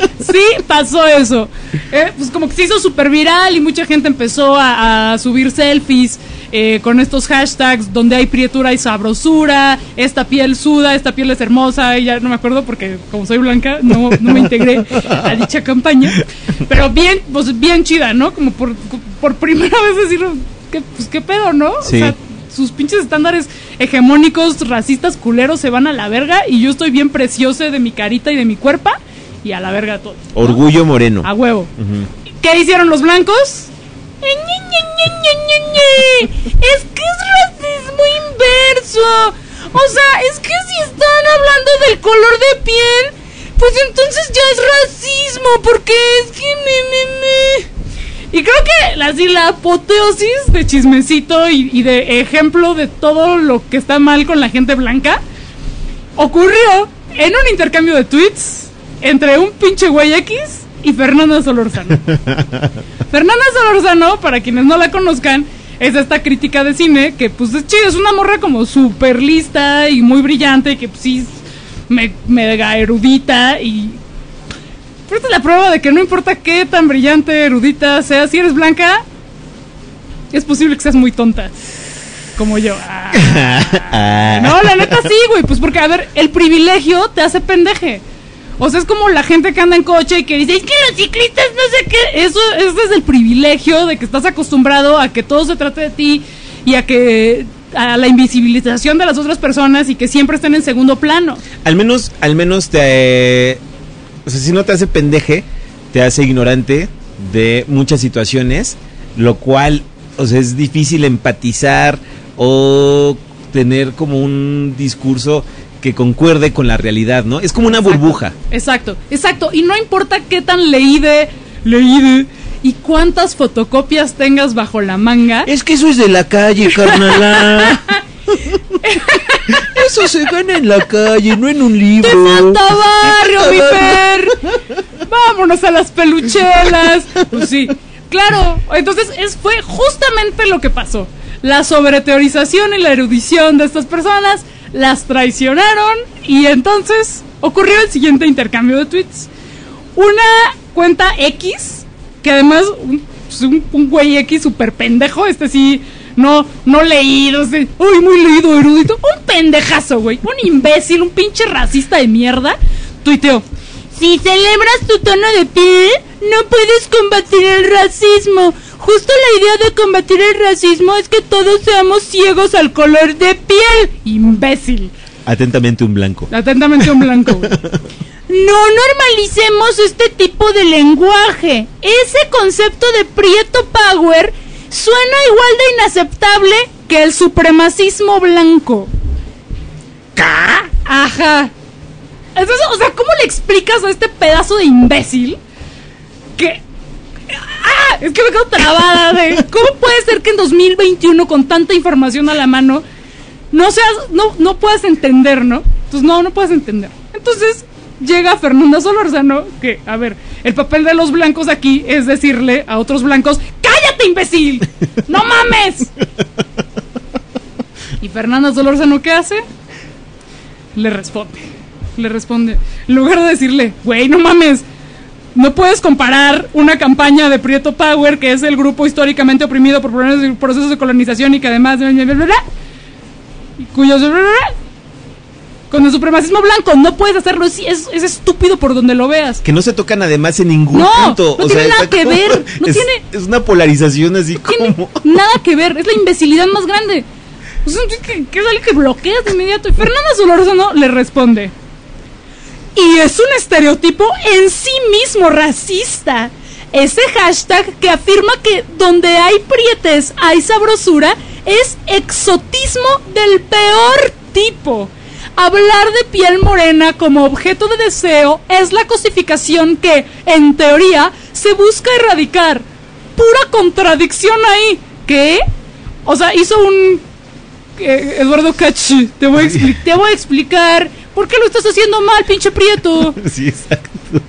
Pues como que se hizo súper viral y mucha gente empezó a subir selfies con estos hashtags donde hay prietura y sabrosura, esta piel suda, esta piel es hermosa, y ya no me acuerdo porque como soy blanca no me integré a dicha campaña, pero bien, pues bien chida, ¿no? Como por primera vez decir, ¿qué pedo, no? Sí. O sea, sus pinches estándares hegemónicos, racistas, culeros se van a la verga y yo estoy bien preciosa de mi carita y de mi cuerpo y a la verga todo, ¿no? Orgullo moreno. A huevo. Uh-huh. ¿Qué hicieron los blancos? Es que es racismo inverso. O sea, es que si están hablando del color de piel, pues entonces ya es racismo, porque es que Y creo que la apoteosis de chismecito y de ejemplo de todo lo que está mal con la gente blanca ocurrió en un intercambio de tweets entre un pinche güey X y Fernanda Solórzano. Fernanda Solórzano, para quienes no la conozcan, es esta crítica de cine que pues es chida, es una morra como súper lista y muy brillante, que pues sí mega erudita y... Pero esta es la prueba de que no importa qué tan brillante, erudita seas, si eres blanca, es posible que seas muy tonta. Como yo. No, la neta sí, güey. Pues porque, a ver, el privilegio te hace pendeje. O sea, es como la gente que anda en coche y que dice, es que los ciclistas no sé qué. Eso es el privilegio de que estás acostumbrado a que todo se trate de ti y a la invisibilización de las otras personas y que siempre estén en segundo plano. Al menos te... O sea, si no te hace pendeje, te hace ignorante de muchas situaciones, lo cual, o sea, es difícil empatizar o tener como un discurso que concuerde con la realidad, ¿no? Es como una burbuja. Exacto. Y no importa qué tan leíde y cuántas fotocopias tengas bajo la manga. Es que eso es de la calle, carnala. Eso se gana en la calle, no en un libro. ¡De Santa Barrio, mi per! ¡Vámonos a las peluchelas! Pues sí, claro. Entonces fue justamente lo que pasó. La sobreteorización y la erudición de estas personas las traicionaron y entonces ocurrió el siguiente intercambio de tweets. Una cuenta X, que además un güey X súper pendejo, sí... No leído, uy, muy leído, erudito. Un pendejazo, güey. Un imbécil, un pinche racista de mierda. Tuiteó: si celebras tu tono de piel, no puedes combatir el racismo. Justo la idea de combatir el racismo es que todos seamos ciegos al color de piel. Imbécil. Atentamente un blanco. Güey. No normalicemos este tipo de lenguaje. Ese concepto de Prieto Power suena igual de inaceptable que el supremacismo blanco. ¿Qué? Ajá. Entonces, o sea, ¿cómo le explicas a este pedazo de imbécil que... es que me quedo trabada de... ¿Cómo puede ser que en 2021 con tanta información a la mano no puedas entender, ¿no? Entonces, no puedes entender. Entonces, llega Fernanda Solórzano, que, a ver, el papel de los blancos aquí es decirle a otros blancos, ¡cállate, imbécil! ¡No mames! ¿Y Fernanda Solórzano qué hace? Le responde. En lugar de decirle, güey, no mames, no puedes comparar una campaña de Prieto Power, que es el grupo históricamente oprimido por procesos de colonización y que además... y cuyos... con el supremacismo blanco, no puedes hacerlo, es estúpido por donde lo veas. Que no se tocan además en ningún punto. No tiene nada que ver. Es una polarización así como... nada que ver, es la imbecilidad más grande. O sea, que es algo que bloqueas de inmediato. Y Fernanda Solórzano le responde. Y es un estereotipo en sí mismo racista. Ese hashtag que afirma que donde hay prietez hay sabrosura es exotismo del peor tipo. Hablar de piel morena como objeto de deseo es la cosificación que, en teoría, se busca erradicar. Pura contradicción ahí. ¿Qué? O sea, hizo un... Eduardo Cachi, te voy a explicar por qué lo estás haciendo mal, pinche prieto. Sí, exacto.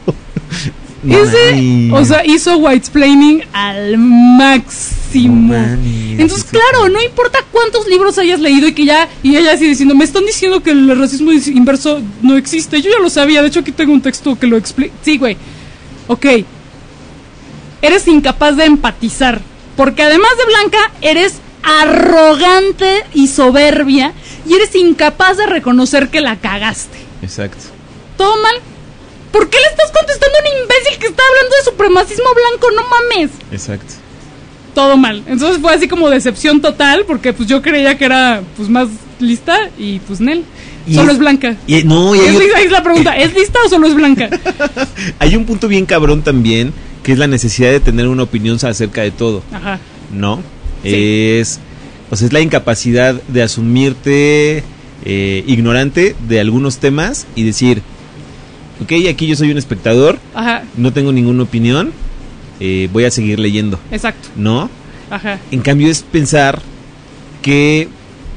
O sea, hizo whitesplaining al máximo. Entonces, claro, no importa cuántos libros hayas leído y ella así diciendo, me están diciendo que el racismo inverso no existe. Yo ya lo sabía, de hecho aquí tengo un texto que lo explica. Sí, güey. Ok. Eres incapaz de empatizar, porque además de blanca, eres arrogante y soberbia y eres incapaz de reconocer que la cagaste. Exacto. ¿Todo mal? ¿Por qué le estás contestando a un imbécil que está hablando de supremacismo blanco? No mames. Exacto. Todo mal. Entonces fue así como decepción total, porque pues yo creía que era pues más lista y pues Nel. Solo es blanca. Ahí es la pregunta, ¿es lista o solo es blanca? Hay un punto bien cabrón también, que es la necesidad de tener una opinión acerca de todo. Ajá. ¿No? Sí. Es la incapacidad de asumirte ignorante de algunos temas y decir, ok, aquí yo soy un espectador, ajá, no tengo ninguna opinión, voy a seguir leyendo. Exacto. ¿No? Ajá. En cambio es pensar que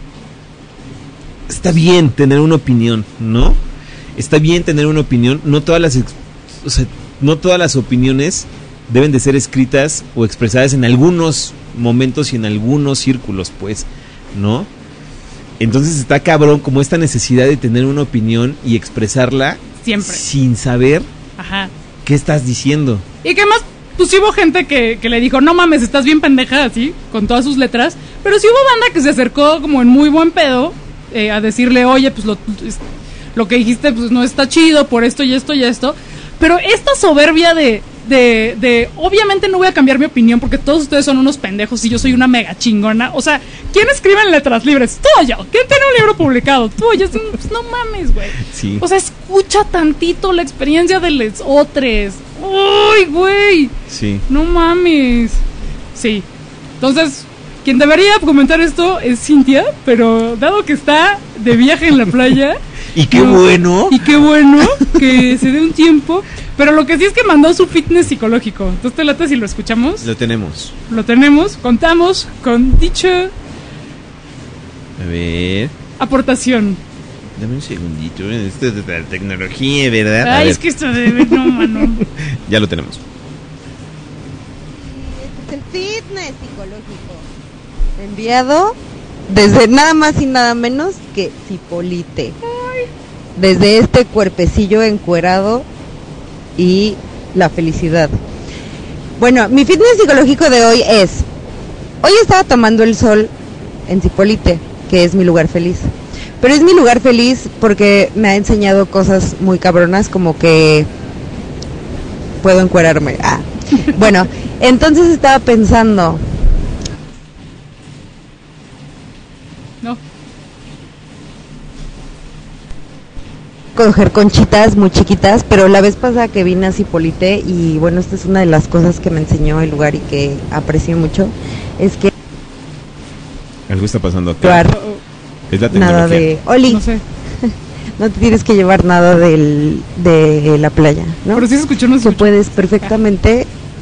está bien tener una opinión, ¿no? Está bien tener una opinión, no todas las opiniones deben de ser escritas o expresadas en algunos momentos y en algunos círculos, pues, ¿no? Entonces está cabrón como esta necesidad de tener una opinión y expresarla siempre sin saber, ajá, qué estás diciendo. Y que más, pues sí hubo gente que le dijo, no mames, estás bien pendeja, así, con todas sus letras, pero sí hubo banda que se acercó como en muy buen pedo a decirle, oye, pues lo que dijiste pues no está chido por esto y esto y esto, pero esta soberbia de obviamente no voy a cambiar mi opinión porque todos ustedes son unos pendejos y yo soy una mega chingona. O sea, ¿quién escribe en letras libres? Tú o yo. ¿Quién tiene un libro publicado? Tú o yo. Pues no mames, güey. Sí. O sea, escucha tantito la experiencia de los otros. ¡Uy, güey! Sí. No mames. Sí. Entonces, quien debería comentar esto es Cintia, pero dado que está de viaje en la playa... Y qué bueno. Y qué bueno que se dé un tiempo. Pero lo que sí es que mandó su fitness psicológico. Entonces te late si lo escuchamos. Lo tenemos. Contamos con dicha... A ver... aportación. Dame un segundito. Esto es de la tecnología, ¿verdad? Ay, es que esto de... No, mano. Ya lo tenemos. Este es el fitness psicológico. Enviado desde nada más y nada menos que Cipolite. Desde este cuerpecillo encuerado y la felicidad. Bueno, mi fitness psicológico de hoy es: hoy estaba tomando el sol en Cipolite, que es mi lugar feliz. Pero es mi lugar feliz porque me ha enseñado cosas muy cabronas, como que puedo encuerarme. Bueno, entonces estaba pensando... coger conchitas muy chiquitas, pero la vez pasada que vine a Cipolite, y bueno, esta es una de las cosas que me enseñó el lugar y que aprecio mucho, es que algo está pasando acá. Es la tecnología. Nada de Oli. No sé. no te tienes que llevar nada de la playa, ¿no? Pero sí se escuchó, no se Tú escuchó. puedes perfectamente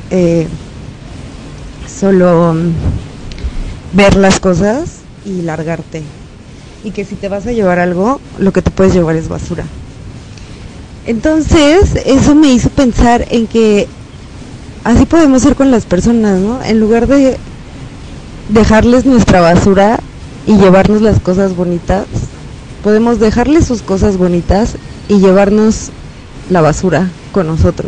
solo ver las cosas y largarte. Y que si te vas a llevar algo, lo que te puedes llevar es basura. Entonces, eso me hizo pensar en que así podemos ser con las personas, ¿no? En lugar de dejarles nuestra basura y llevarnos las cosas bonitas, podemos dejarles sus cosas bonitas y llevarnos la basura con nosotros.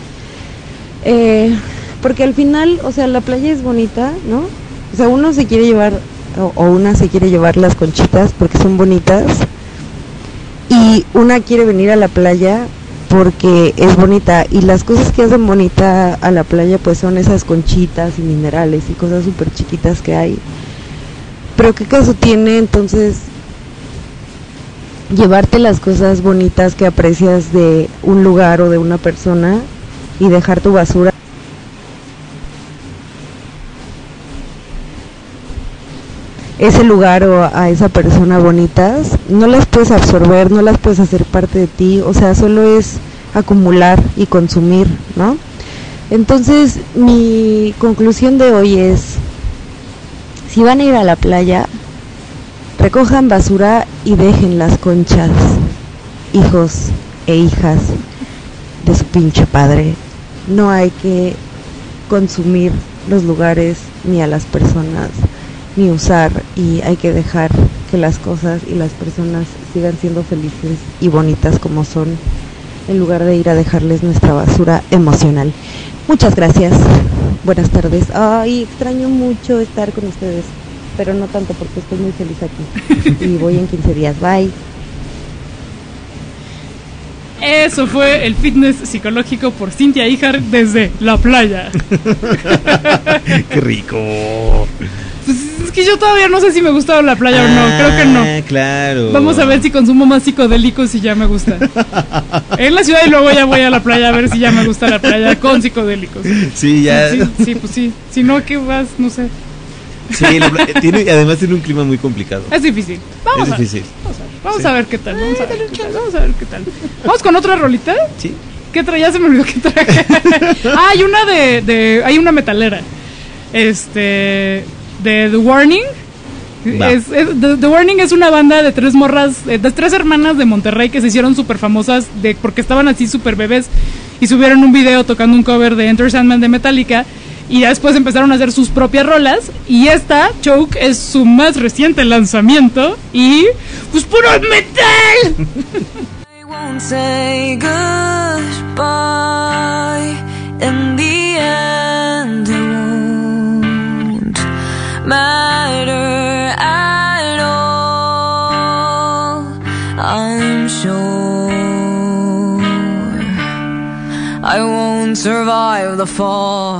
Porque al final, o sea, la playa es bonita, ¿no? O sea, uno se quiere llevar, o una se quiere llevar las conchitas porque son bonitas, y una quiere venir a la playa porque es bonita, y las cosas que hacen bonita a la playa pues son esas conchitas y minerales y cosas súper chiquitas que hay. Pero ¿qué caso tiene entonces llevarte las cosas bonitas que aprecias de un lugar o de una persona y dejar tu basura? Ese lugar o a esa persona bonitas, no las puedes absorber, no las puedes hacer parte de ti, o sea, solo es acumular y consumir, ¿no? Entonces, mi conclusión de hoy es, si van a ir a la playa, recojan basura y dejen las conchas, hijos e hijas de su pinche padre. No hay que consumir los lugares ni a las personas, ni usar, y hay que dejar que las cosas y las personas sigan siendo felices y bonitas como son, en lugar de ir a dejarles nuestra basura emocional. Muchas gracias, buenas tardes. Ay, extraño mucho estar con ustedes, pero no tanto porque estoy muy feliz aquí y voy en 15 días, bye. Eso fue el fitness psicológico por Cintia Híjar desde la playa. ¡Qué rico! Pues es que yo todavía no sé si me gusta la playa o no, creo que no. Claro. Vamos a ver si consumo más psicodélicos y ya me gusta. En la ciudad y luego ya voy a la playa a ver si ya me gusta la playa con psicodélicos. Sí, ya. Sí, pues sí. Si no, ¿qué vas? No sé. Sí, además tiene un clima muy complicado. Es difícil. Vamos a ver qué tal. Vamos a ver qué tal. Vamos con otra rolita. Sí. ¿Qué trae? Ya se me olvidó qué traje. Hay una hay una metalera. De The Warning. The Warning es una banda de tres morras, de tres hermanas de Monterrey que se hicieron súper famosas porque estaban así súper bebés y subieron un video tocando un cover de Enter Sandman de Metallica, y ya después empezaron a hacer sus propias rolas, y esta, Choke, es su más reciente lanzamiento y pues puro metal. I won't say goodbye. In the end, it won't matter at all. I'm sure I won't survive the fall.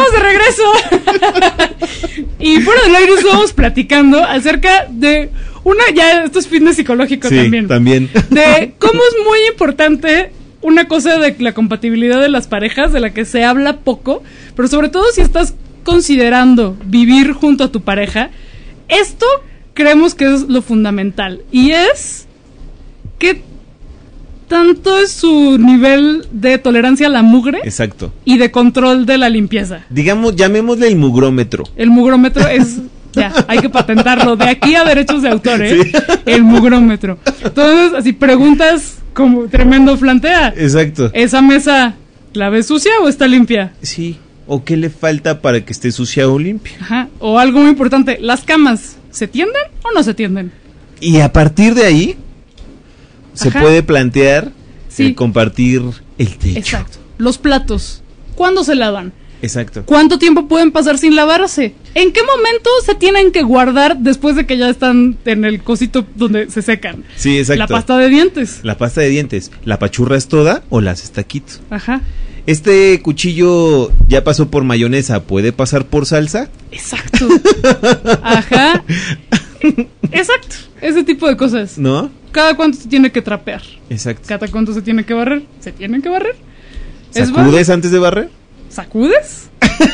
Estamos de regreso. Y fuera del aire estábamos platicando acerca de esto es fitness psicológico Sí, también. de cómo es muy importante una cosa de la compatibilidad de las parejas, de la que se habla poco, pero sobre todo si estás considerando vivir junto a tu pareja, esto creemos que es lo fundamental, y es que tanto es su nivel de tolerancia a la mugre. Exacto. Y de control de la limpieza. Digamos, llamémosle el mugrómetro. El mugrómetro es... Ya, hay que patentarlo. De aquí a derechos de autor, ¿eh? Sí. El mugrómetro. Entonces, así preguntas como tremendo plantea. Exacto. ¿Esa mesa la ves sucia o está limpia? Sí. ¿O qué le falta para que esté sucia o limpia? Ajá. O algo muy importante, ¿las camas se tienden o no se tienden? Y a partir de ahí se puede plantear compartir el techo. Exacto. Los platos, ¿cuándo se lavan? Exacto. ¿Cuánto tiempo pueden pasar sin lavarse? ¿En qué momento se tienen que guardar después de que ya están en el cosito donde se secan? Sí, exacto. La pasta de dientes. La pasta de dientes. ¿La pachurra es toda o las está quito? Ajá. ¿Este cuchillo ya pasó por mayonesa? ¿Puede pasar por salsa? Exacto. Ajá. Exacto. Ese tipo de cosas. ¿No? ¿Cada cuánto se tiene que trapear? Exacto. ¿Cada cuánto se tiene que barrer? ¿Se tienen que barrer? ¿Sacudes antes de barrer? ¿Sacudes?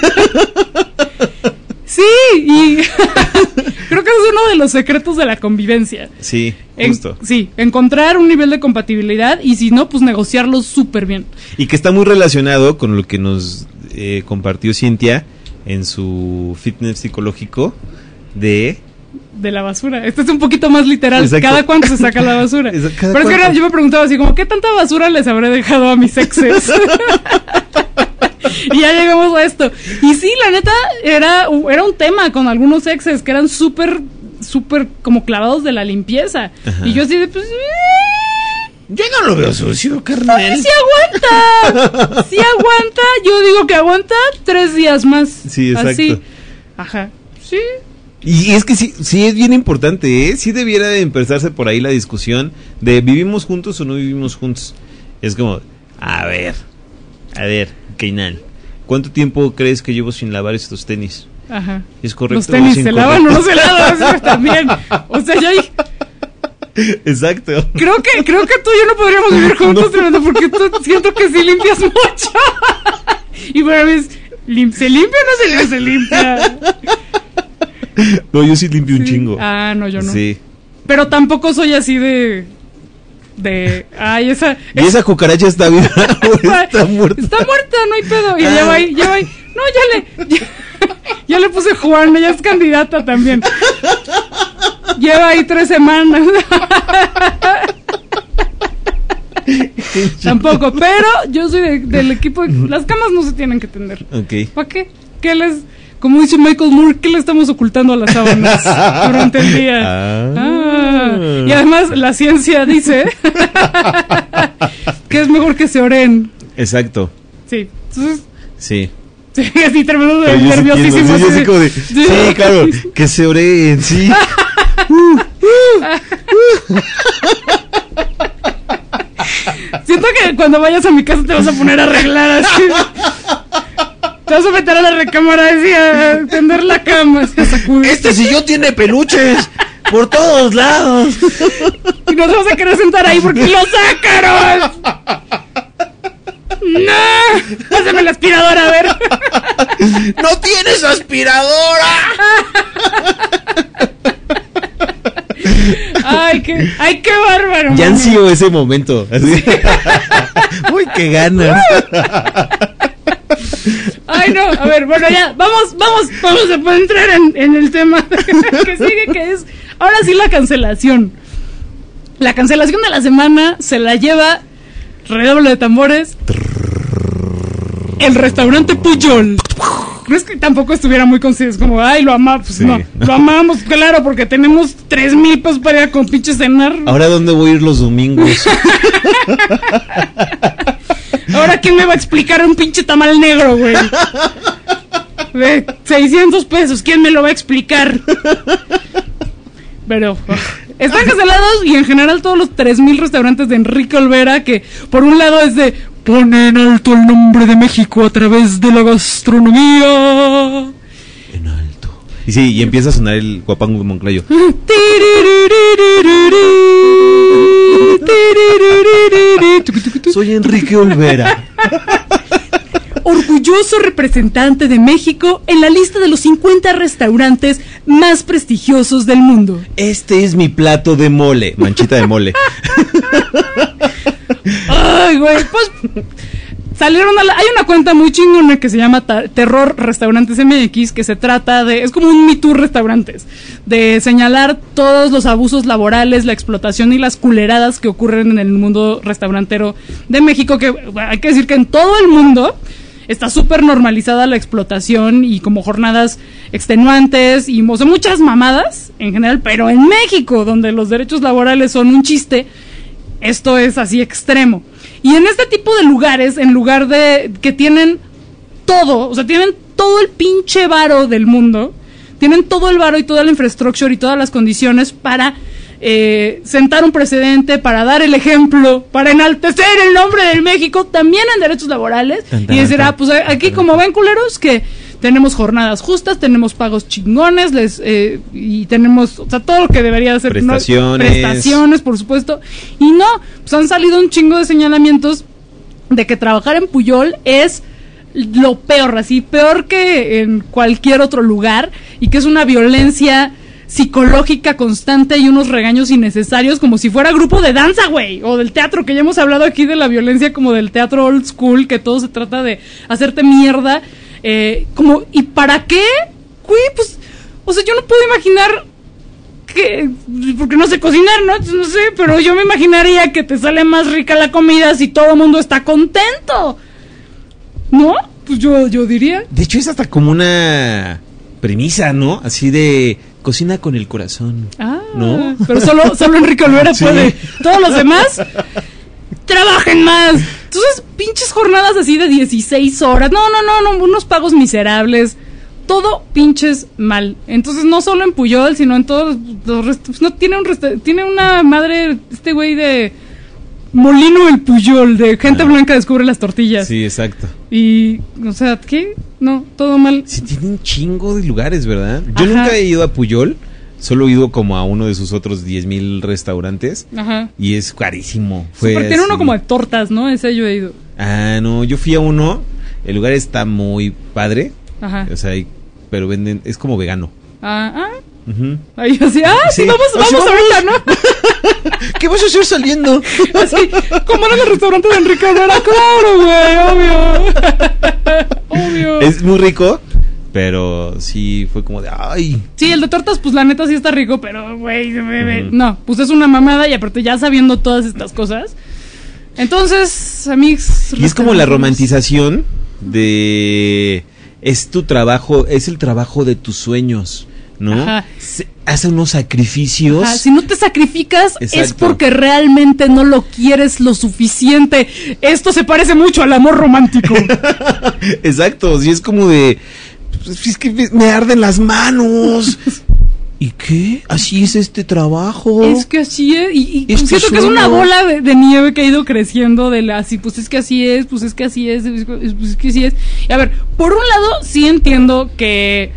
Sí, y creo que es uno de los secretos de la convivencia. Sí, justo. Sí, encontrar un nivel de compatibilidad y si no, pues negociarlo súper bien. Y que está muy relacionado con lo que nos compartió Cintia en su fitness psicológico de la basura. Este es un poquito más literal. Exacto. ¿Cada cuánto se saca la basura? Pero es que yo me preguntaba así como, ¿qué tanta basura les habré dejado a mis exes? Y ya llegamos a esto. Y sí, la neta, era un tema con algunos exes que eran súper como clavados de la limpieza. Ajá. Y yo así de, pues... yo no lo veo sucio, carnal. Sí aguanta. Sí aguanta. Yo digo que aguanta 3 días más. Sí, exacto. Así. Ajá. Sí. Y es que sí es bien importante, ¿eh? Sí debiera de empezarse por ahí la discusión de ¿vivimos juntos o no vivimos juntos? Es como, a ver, Keinan, ¿cuánto tiempo crees que llevo sin lavar estos tenis? Ajá. ¿Es correcto? ¿Los tenis se lavan o no se lavan? También. O sea, ya hay... Exacto. Creo que tú y yo no podríamos vivir juntos, no. Porque siento que sí limpias mucho. Y para mí es, ¿se limpia o no se limpia? No, yo sí limpio un chingo. Ah, no, yo no. Sí. Pero tampoco soy así de ay, ¿Y esa cucaracha está viva? Está muerta. Está muerta, no hay pedo. Y ya va ahí. No, ya le puse Juana, ya es candidata también. Lleva ahí 3 semanas. Tampoco, pero yo soy del equipo de, las camas no se tienen que tender. Ok. ¿Para qué? Como dice Michael Moore, ¿qué le estamos ocultando a las sábanas durante el día? Y además la ciencia dice que es mejor que se oren. Exacto. Sí. Entonces, sí. Sí, así terminando de nerviosísimo. Sí, claro, que se oren, sí. Siento que cuando vayas a mi casa te vas a poner a arreglar así. Te vas a meter a la recámara así a tender la cama, así a sacudir. Este sillón tiene peluches por todos lados. Y nos vamos a querer sentar ahí porque los ácaros. ¡No! Pásame la aspiradora, a ver. ¡No tienes aspiradora! Ay, qué bárbaro. Ya ansío ese momento. Así. Uy, qué ganas. Ay, no, a ver, bueno, ya, vamos a entrar en el tema que sigue, que es, ahora sí, la cancelación. La cancelación de la semana se la lleva, redoble de tambores, el restaurante Pujol. No es que tampoco estuviera muy consciente, es como, ay, lo amamos, pues sí. No, lo amamos, claro, porque tenemos 3,000 pesos para ir a con pinche cenar. Ahora, ¿dónde voy a ir los domingos? Ahora, ¿quién me va a explicar un pinche tamal negro, güey? De 600 pesos, ¿quién me lo va a explicar? Pero están cancelados y en general todos los 3,000 restaurantes de Enrique Olvera que por un lado es de pone en alto el nombre de México a través de la gastronomía. En alto. Y sí, y empieza a sonar el guapango de Monclayo. Soy Enrique Olvera. Orgulloso representante de México en la lista de los 50 restaurantes más prestigiosos del mundo. Este es mi plato de mole, manchita de mole. Ay, güey, pues salieron hay una cuenta muy chingona que se llama Terror Restaurantes MX, que se trata de, es como un Me Too Restaurantes, de señalar todos los abusos laborales, la explotación y las culeradas que ocurren en el mundo restaurantero de México, que hay que decir que en todo el mundo está súper normalizada la explotación y como jornadas extenuantes y o sea, muchas mamadas en general, pero en México, donde los derechos laborales son un chiste, esto es así extremo. Y en este tipo de lugares, en lugar de que tienen todo, o sea, tienen todo el pinche varo del mundo, tienen todo el varo y toda la infraestructura y todas las condiciones para sentar un precedente, para dar el ejemplo, para enaltecer el nombre de México, también en derechos laborales, y decir, pues aquí como ven culeros, que tenemos jornadas justas, tenemos pagos chingones, y tenemos, o sea, todo lo que debería ser, prestaciones, por supuesto, y no, pues han salido un chingo de señalamientos de que trabajar en Pujol es lo peor, así, peor que en cualquier otro lugar, y que es una violencia psicológica constante y unos regaños innecesarios, como si fuera grupo de danza, güey, o del teatro, que ya hemos hablado aquí de la violencia como del teatro old school, que todo se trata de hacerte mierda, como, ¿y para qué? Güey, pues, o sea, yo no puedo imaginar que, porque no sé cocinar, ¿no? No sé, pero yo me imaginaría que te sale más rica la comida si todo el mundo está contento, ¿no? Pues yo diría. De hecho, es hasta como una premisa, ¿no? Así de cocina con el corazón. ¿No? Pero solo Enrique Olvera puede. Todos los demás trabajen más. Entonces, pinches jornadas así de 16 horas. No, unos pagos miserables. Todo pinches mal. Entonces, no solo en Pujol, sino en todos los no tiene una madre, este güey de Molino el Pujol, de Gente Blanca descubre las tortillas. Sí, exacto. Y, o sea, ¿qué? No, todo mal. Sí, tiene un chingo de lugares, ¿verdad? Yo nunca he ido a Pujol, solo he ido como a uno de sus otros 10,000 restaurantes. Ajá. Y es carísimo. Tiene uno como de tortas, ¿no? Ese yo he ido. No, yo fui a uno, el lugar está muy padre. Ajá. O sea, pero venden, es como vegano. Uh-huh. Ahí así, sí, vamos ahorita, ¿no? ¿Qué vas a hacer saliendo? Así, como en el restaurante de Enrique Olvera, claro, güey, obvio. Es muy rico, pero sí fue como de, ay. Sí, el de tortas, pues la neta sí está rico, pero, güey, no, pues es una mamada y aparte ya sabiendo todas estas cosas. Entonces, amigos. Y es como la romantización de, es tu trabajo, es el trabajo de tus sueños, ¿no? Ajá. Hace unos sacrificios. Ajá, si no te sacrificas, exacto, es porque realmente no lo quieres lo suficiente. Esto se parece mucho al amor romántico. Exacto, sí, es como de, es que me arden las manos. ¿Y qué? ¿Así es este trabajo? Es que así es, y siento que es una bola de nieve que ha ido creciendo de la, así, pues es que así es, pues es que así es, pues es que así es. Y a ver, por un lado, sí entiendo que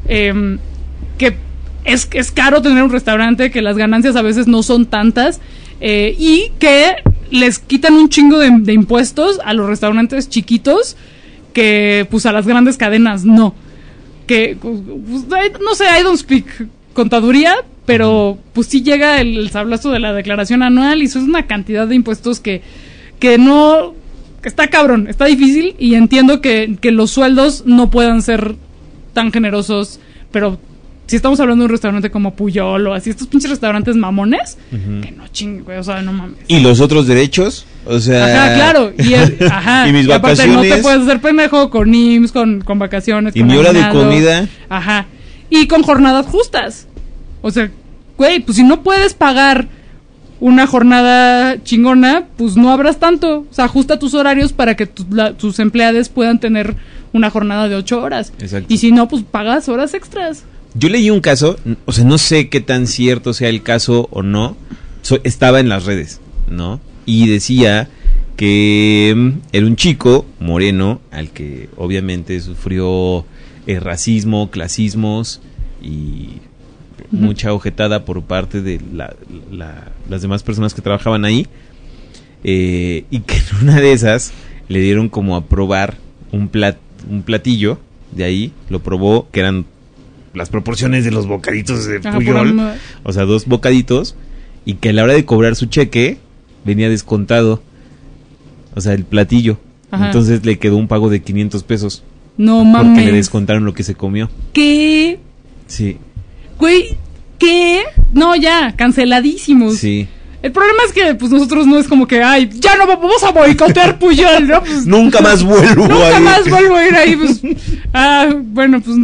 es caro tener un restaurante, que las ganancias a veces no son tantas, y que les quitan un chingo de impuestos a los restaurantes chiquitos, que pues a las grandes cadenas no. Que, pues, no sé, I don't speak contaduría, pero pues sí llega el sablazo de la declaración anual y eso es una cantidad de impuestos que no, que está cabrón, está difícil, y entiendo que los sueldos no puedan ser tan generosos, pero si estamos hablando de un restaurante como Pujol o así, estos pinches restaurantes mamones, que no chingue, güey, o sea, no mames. ¿Y los otros derechos? O sea... Ajá, claro. Y mis vacaciones. Aparte no te puedes hacer pendejo con IMSS, con vacaciones, y con mi hora de comida. Ajá. Y con jornadas justas. O sea, güey, pues si no puedes pagar una jornada chingona, pues no habrás tanto. O sea, ajusta tus horarios para que tus empleados puedan tener una jornada de 8 horas. Exacto. Y si no, pues pagas horas extras. Yo leí un caso, o sea, no sé qué tan cierto sea el caso o no, estaba en las redes, ¿no? Y decía que era un chico moreno al que obviamente sufrió racismo, clasismos y mucha ojetada por parte de las demás personas que trabajaban ahí, y que en una de esas le dieron como a probar un platillo de ahí, lo probó, que eran las proporciones de los bocaditos de Puyol, o sea, 2 bocaditos, y que a la hora de cobrar su cheque venía descontado, o sea, el platillo. Ajá. Entonces le quedó un pago de 500 pesos. No mames. Porque le descontaron lo que se comió. ¿Qué? Sí. Güey, ¿qué? No, ya, canceladísimos. Sí. El problema es que, pues, nosotros no es como que, ay, ya no vamos a boicotear Puyol, ¿no? Pues, nunca más vuelvo nunca más vuelvo a ir ahí, pues. Bueno, pues.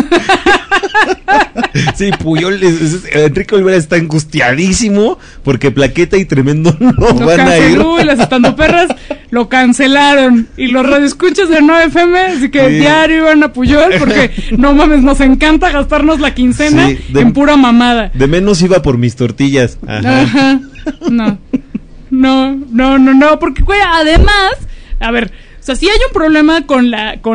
Sí, Puyol, Enrique Olvera está angustiadísimo porque Plaqueta y Tremendo no van a ir. Y las estandoperras lo cancelaron. Y los radioescuchas de 9FM, así que diario iban a Puyol porque, no mames, nos encanta gastarnos la quincena en pura mamada. De menos iba por mis tortillas. Ajá. No, porque, güey, además, a ver, o sea, sí hay un problema con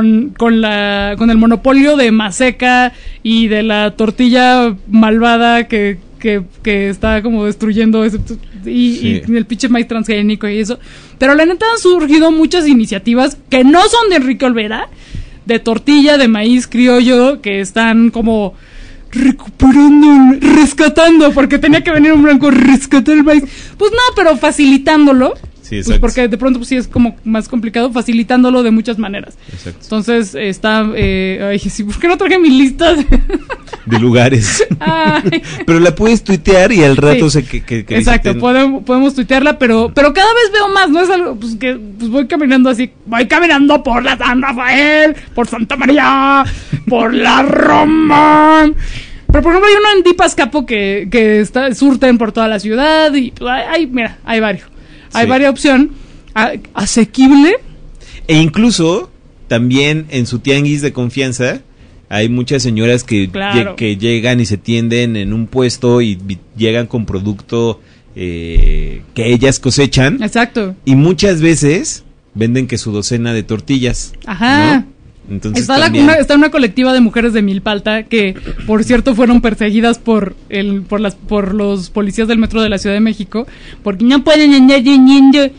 el monopolio de Maseca y de la tortilla malvada que está como destruyendo y el pinche maíz transgénico y eso, pero la neta han surgido muchas iniciativas que no son de Enrique Olvera, de tortilla de maíz criollo, que están como recuperando, rescatando, porque tenía que venir un blanco a rescatar el maíz. Pues no, pero facilitándolo. Sí, pues porque de pronto pues sí es como más complicado, facilitándolo de muchas maneras. Exacto. Entonces está, ay, sí, ¿por qué no traje mi lista de lugares? Pero la puedes tuitear y al rato sí. Exacto, podemos tuitearla, pero cada vez veo más, no es algo, pues que pues voy caminando por la San Rafael, por Santa María, por la Roma. Pero por ejemplo hay uno en Dipascapo que surten por toda la ciudad y pues, hay varios. Hay varias opciones, asequible. E incluso, también en su tianguis de confianza, hay muchas señoras que llegan y se tienden en un puesto y llegan con producto que ellas cosechan. Exacto. Y muchas veces venden que su docena de tortillas. Ajá. ¿no? Entonces está una colectiva de mujeres de Milpalta que, por cierto, fueron perseguidas por los policías del metro de la Ciudad de México porque no pueden andar creo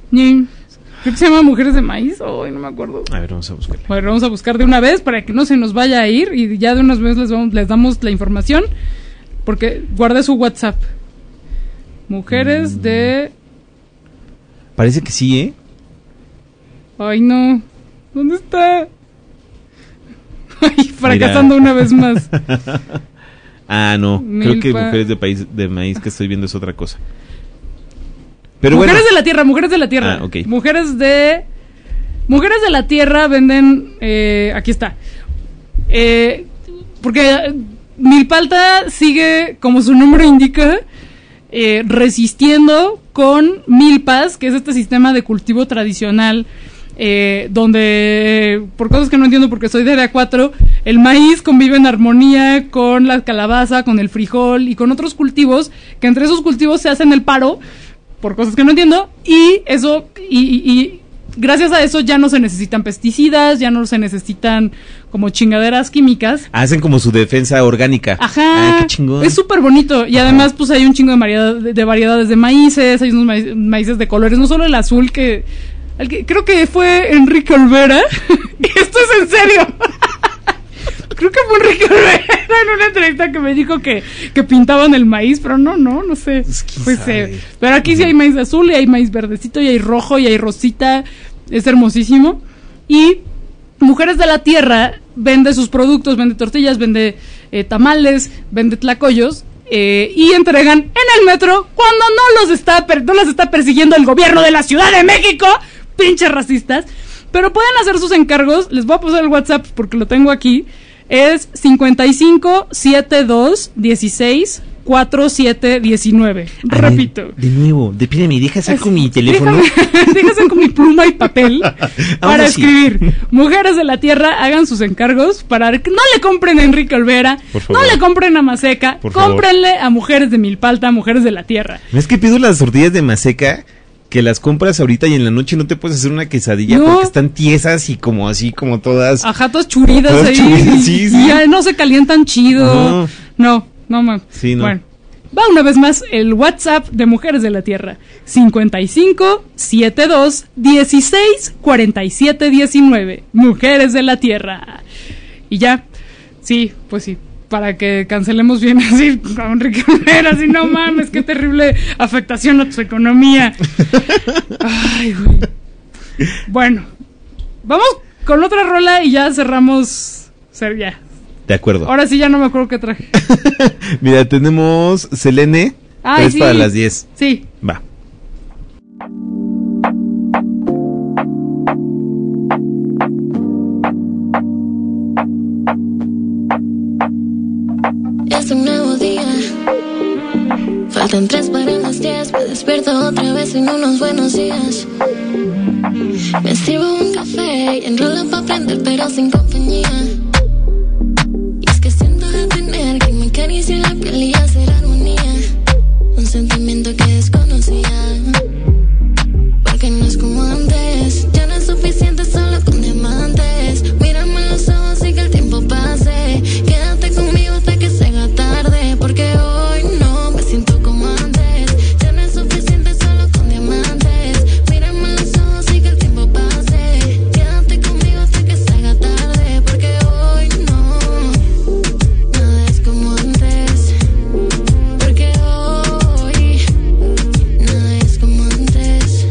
que se llama Mujeres de Maíz, no me acuerdo. A ver, vamos a buscar. Bueno, vamos a buscar de una vez para que no se nos vaya a ir y ya de una vez les damos la información porque guardé su WhatsApp. Mujeres de... Parece que sí, ¿eh? Ay, no. ¿Dónde está? Ay, fracasando una vez más. No. Creo que Mujeres de Maíz que estoy viendo es otra cosa. Pero Mujeres de la Tierra. Okay. Mujeres de la Tierra venden... aquí está. Porque Milpalta sigue, como su nombre indica, resistiendo con milpas, que es este sistema de cultivo tradicional donde, por cosas que no entiendo porque soy de área 4, el maíz convive en armonía con la calabaza, con el frijol y con otros cultivos, que entre esos cultivos se hacen el paro, por cosas que no entiendo, y eso, y gracias a eso ya no se necesitan pesticidas, ya no se necesitan como chingaderas químicas. Hacen como su defensa orgánica. Ajá. Qué chingón. Es súper bonito. Y además, pues hay un chingo de variedades de maíces, hay unos maíces de colores, no solo el azul que creo que fue Enrique Olvera. Esto es en serio. Creo que fue Enrique Olvera en una entrevista que me dijo que pintaban el maíz, pero no sé. Pues, pero aquí sí hay maíz azul y hay maíz verdecito y hay rojo y hay rosita. Es hermosísimo. Y Mujeres de la Tierra vende sus productos, vende tortillas, vende tamales, vende tlacoyos. Y entregan en el metro cuando no las está persiguiendo el gobierno de la Ciudad de México. Pinches racistas. Pero pueden hacer sus encargos. Les voy a pasar el WhatsApp porque lo tengo aquí. Es 55 72 16 4719. Repito. De nuevo, depídeme, deja saco mi teléfono. Deja saco mi pluma y papel para sí. escribir. Mujeres de la Tierra, hagan sus encargos para que no le compren a Enrique Olvera, no le compren a Maseca, cómprenle a Mujeres de Milpalta, Mujeres de la Tierra. Es que pido las tortillas de Maseca, que las compras ahorita y en la noche no te puedes hacer una quesadilla porque están tiesas y como así, como todas. Ajá, todas churidas todas ahí. Churidas, sí. Y ya no se calientan chido. No, mames. Sí, no. Bueno, va una vez más el WhatsApp de Mujeres de la Tierra. 55 72 16 47 19. Mujeres de la Tierra. Y ya, sí, pues sí. Para que cancelemos bien así con Enrique Olvera, así no mames, qué terrible afectación a tu economía. Ay, güey. Bueno, vamos con otra rola y ya cerramos. Ya. De acuerdo. Ahora sí ya no me acuerdo qué traje. Mira, tenemos Selene, 3 para las 10. Sí. Va. Es un nuevo día, faltan 3 para las 10. Me despierto otra vez en unos buenos días. Me sirvo un café y enrolo pa' aprender pero sin compañía. Y es que siento de tener que me acaricie la piel y hacer armonía. Un sentimiento que desconocía, porque no es como antes. Ya no es suficiente solo con diamantes. Mírame en los ojos y que el tiempo pase. Quédate conmigo hasta que se haga tarde, porque hoy no me siento como antes. Ya no es suficiente solo con diamantes. Mírame en los ojos y que el tiempo pase. Quédate conmigo hasta que se haga tarde, porque hoy no, nada es como antes. Porque hoy nada es como antes.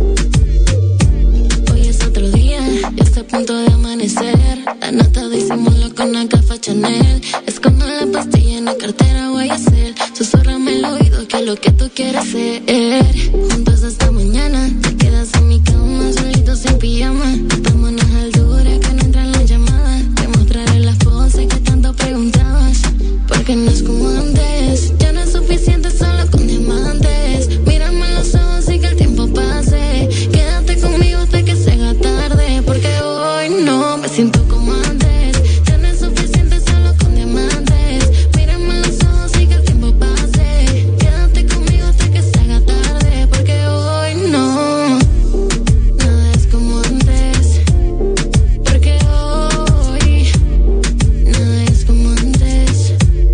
Hoy es otro día, ya está a punto de amanecer. Anotado disimulo con una gafa Chanel. Escondo la pastilla en la cartera, voy a hacer. Susúrrame el oído que es lo que tú quieres ser. Juntos hasta mañana, te quedas en mi cama, solito sin pijama. Estamos en las alturas que no entran las llamadas. Te mostraré las poses que tanto preguntabas, porque no es como antes. Ya no es suficiente solo con diamantes. Mírame en los ojos y que el tiempo pase. Quédate conmigo hasta que se haga tarde, porque hoy no me siento como antes. Ya no es suficiente solo con diamantes. Mírame en los ojos y que el tiempo pase. Quédate conmigo hasta que se haga tarde, porque hoy no, nada es como antes. Porque hoy nada es como antes.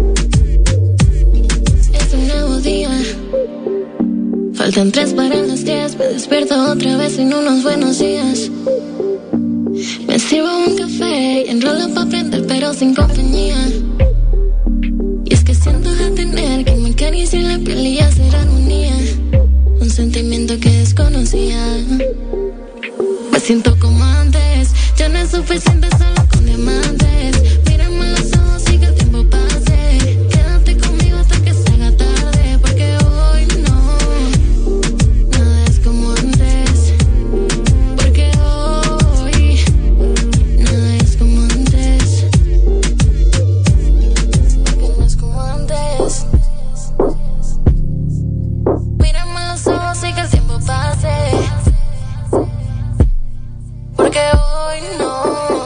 Es un nuevo día, faltan 3 para las 10. Me despierto otra vez en unos buenos días. Me sirvo un café y enrolo pa' aprender pero sin compañía. Y es que siento de tener que me acaricie la piel y hacer armonía. Un sentimiento que desconocía. Me siento como antes. Ya no es suficiente solo con diamantes. Mírame en los ojos y que el tiempo pase. Quédate conmigo hasta que se haga tarde, porque hoy no, nada es como antes. Porque hoy nada es como antes. Porque no es como antes. Mírame en los ojos y que el tiempo pase, porque hoy no.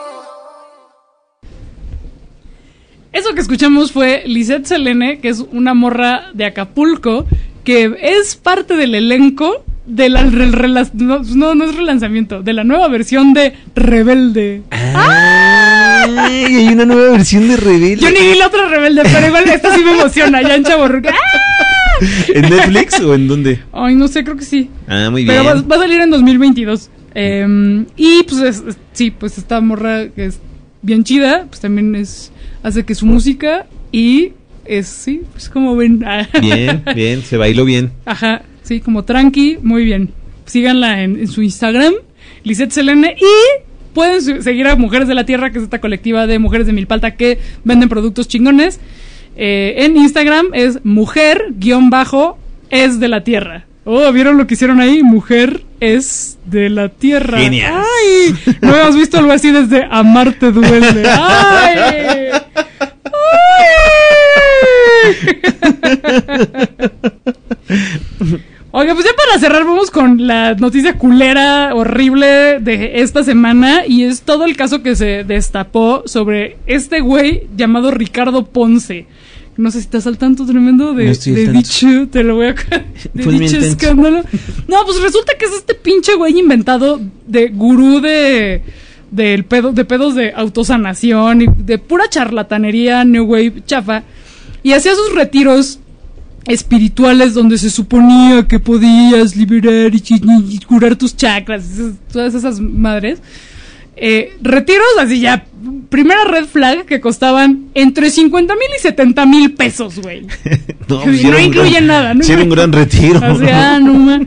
Eso que escuchamos fue Lisette Selene, que es una morra de Acapulco, que es parte del elenco de no es relanzamiento, de la nueva versión de Rebelde. Ay, hay una nueva versión de Rebelde. Yo ni vi la otra Rebelde, pero igual esta sí me emociona, ya en Chavorruca. ¿En Netflix o en dónde? Ay, no sé, creo que sí. Ah, muy bien. Pero va a salir en 2022. Y pues sí, pues esta morra que es bien chida, pues también hace que su música y sí, pues como ven. Bien, se bailó bien. Ajá, sí, como tranqui, muy bien. Síganla en su Instagram, Lisette Selene, y pueden seguir a Mujeres de la Tierra, que es esta colectiva de mujeres de Milpalta que venden productos chingones. En Instagram es mujer_es de la tierra. Oh, ¿vieron lo que hicieron ahí? Mujer es de la tierra. Genial. Ay, no habíamos visto algo así desde Amarte duele. Ay. Ay. Oiga, pues ya para cerrar vamos con la noticia culera, horrible de esta semana, y es todo el caso que se destapó sobre este güey llamado Ricardo Ponce. No sé si estás al tanto tremendo de dicho, te lo voy a... de dicho escándalo. No, pues resulta que es este pinche güey inventado de gurú de pedos de autosanación y de pura charlatanería, new wave, chafa, y hacía sus retiros espirituales donde se suponía que podías liberar y curar tus chakras, todas esas madres. Retiros así ya, primera red flag, que costaban entre 50,000 y 70,000 pesos, güey. No, no incluye nada, ¿no? Sí, era un gran retiro. O sea, Anuma.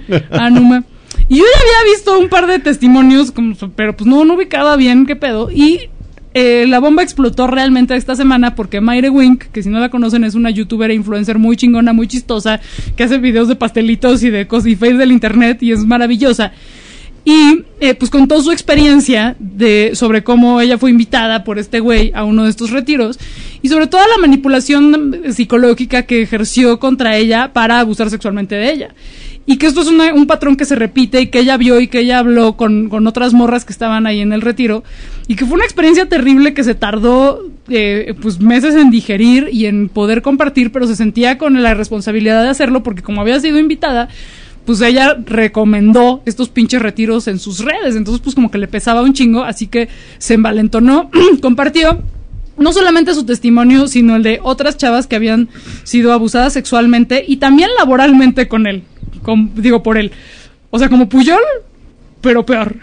Y yo ya había visto un par de testimonios, pero pues no ubicaba bien qué pedo. Y la bomba explotó realmente esta semana porque Mayre Wink, que si no la conocen es una youtuber e influencer muy chingona, muy chistosa, que hace videos de pastelitos y de cosas y face del internet y es maravillosa. Y pues contó su experiencia sobre cómo ella fue invitada por este güey a uno de estos retiros y sobre toda la manipulación psicológica que ejerció contra ella para abusar sexualmente de ella. Y que esto es un patrón que se repite y que ella vio y que ella habló con otras morras que estaban ahí en el retiro y que fue una experiencia terrible que se tardó pues meses en digerir y en poder compartir, pero se sentía con la responsabilidad de hacerlo porque como había sido invitada, pues ella recomendó estos pinches retiros en sus redes, entonces pues como que le pesaba un chingo, así que se envalentonó, compartió no solamente su testimonio, sino el de otras chavas que habían sido abusadas sexualmente y también laboralmente con él, por él, o sea, como Puyol, pero peor,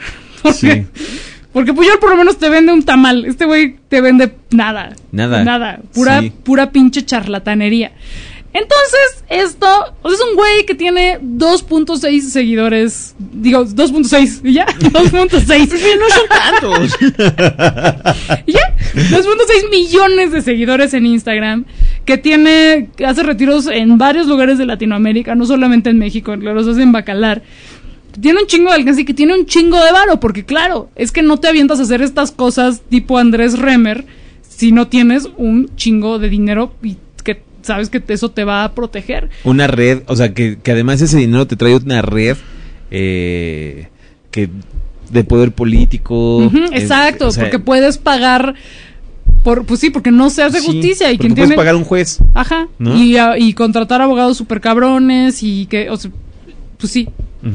porque Puyol por lo menos te vende un tamal, este güey te vende nada, pura pinche charlatanería. Entonces, esto es un güey que tiene 2.6 seguidores. Digo, 2.6, ¿y ya? 2.6. No son tantos. ¿Y ya? 2.6 millones de seguidores en Instagram. Que hace retiros en varios lugares de Latinoamérica, no solamente en México, los hace en Bacalar. Tiene un chingo de alcance y que tiene un chingo de varo, porque claro, es que no te avientas a hacer estas cosas tipo Andrés Remer si no tienes un chingo de dinero y que sabes que eso te va a proteger. Una red, o sea, que además ese dinero te trae una red que de poder político. Exacto, o sea, porque puedes pagar porque no se hace justicia y quien puedes pagar un juez. Ajá, ¿no? Y contratar abogados super cabrones y que, o sea, pues sí.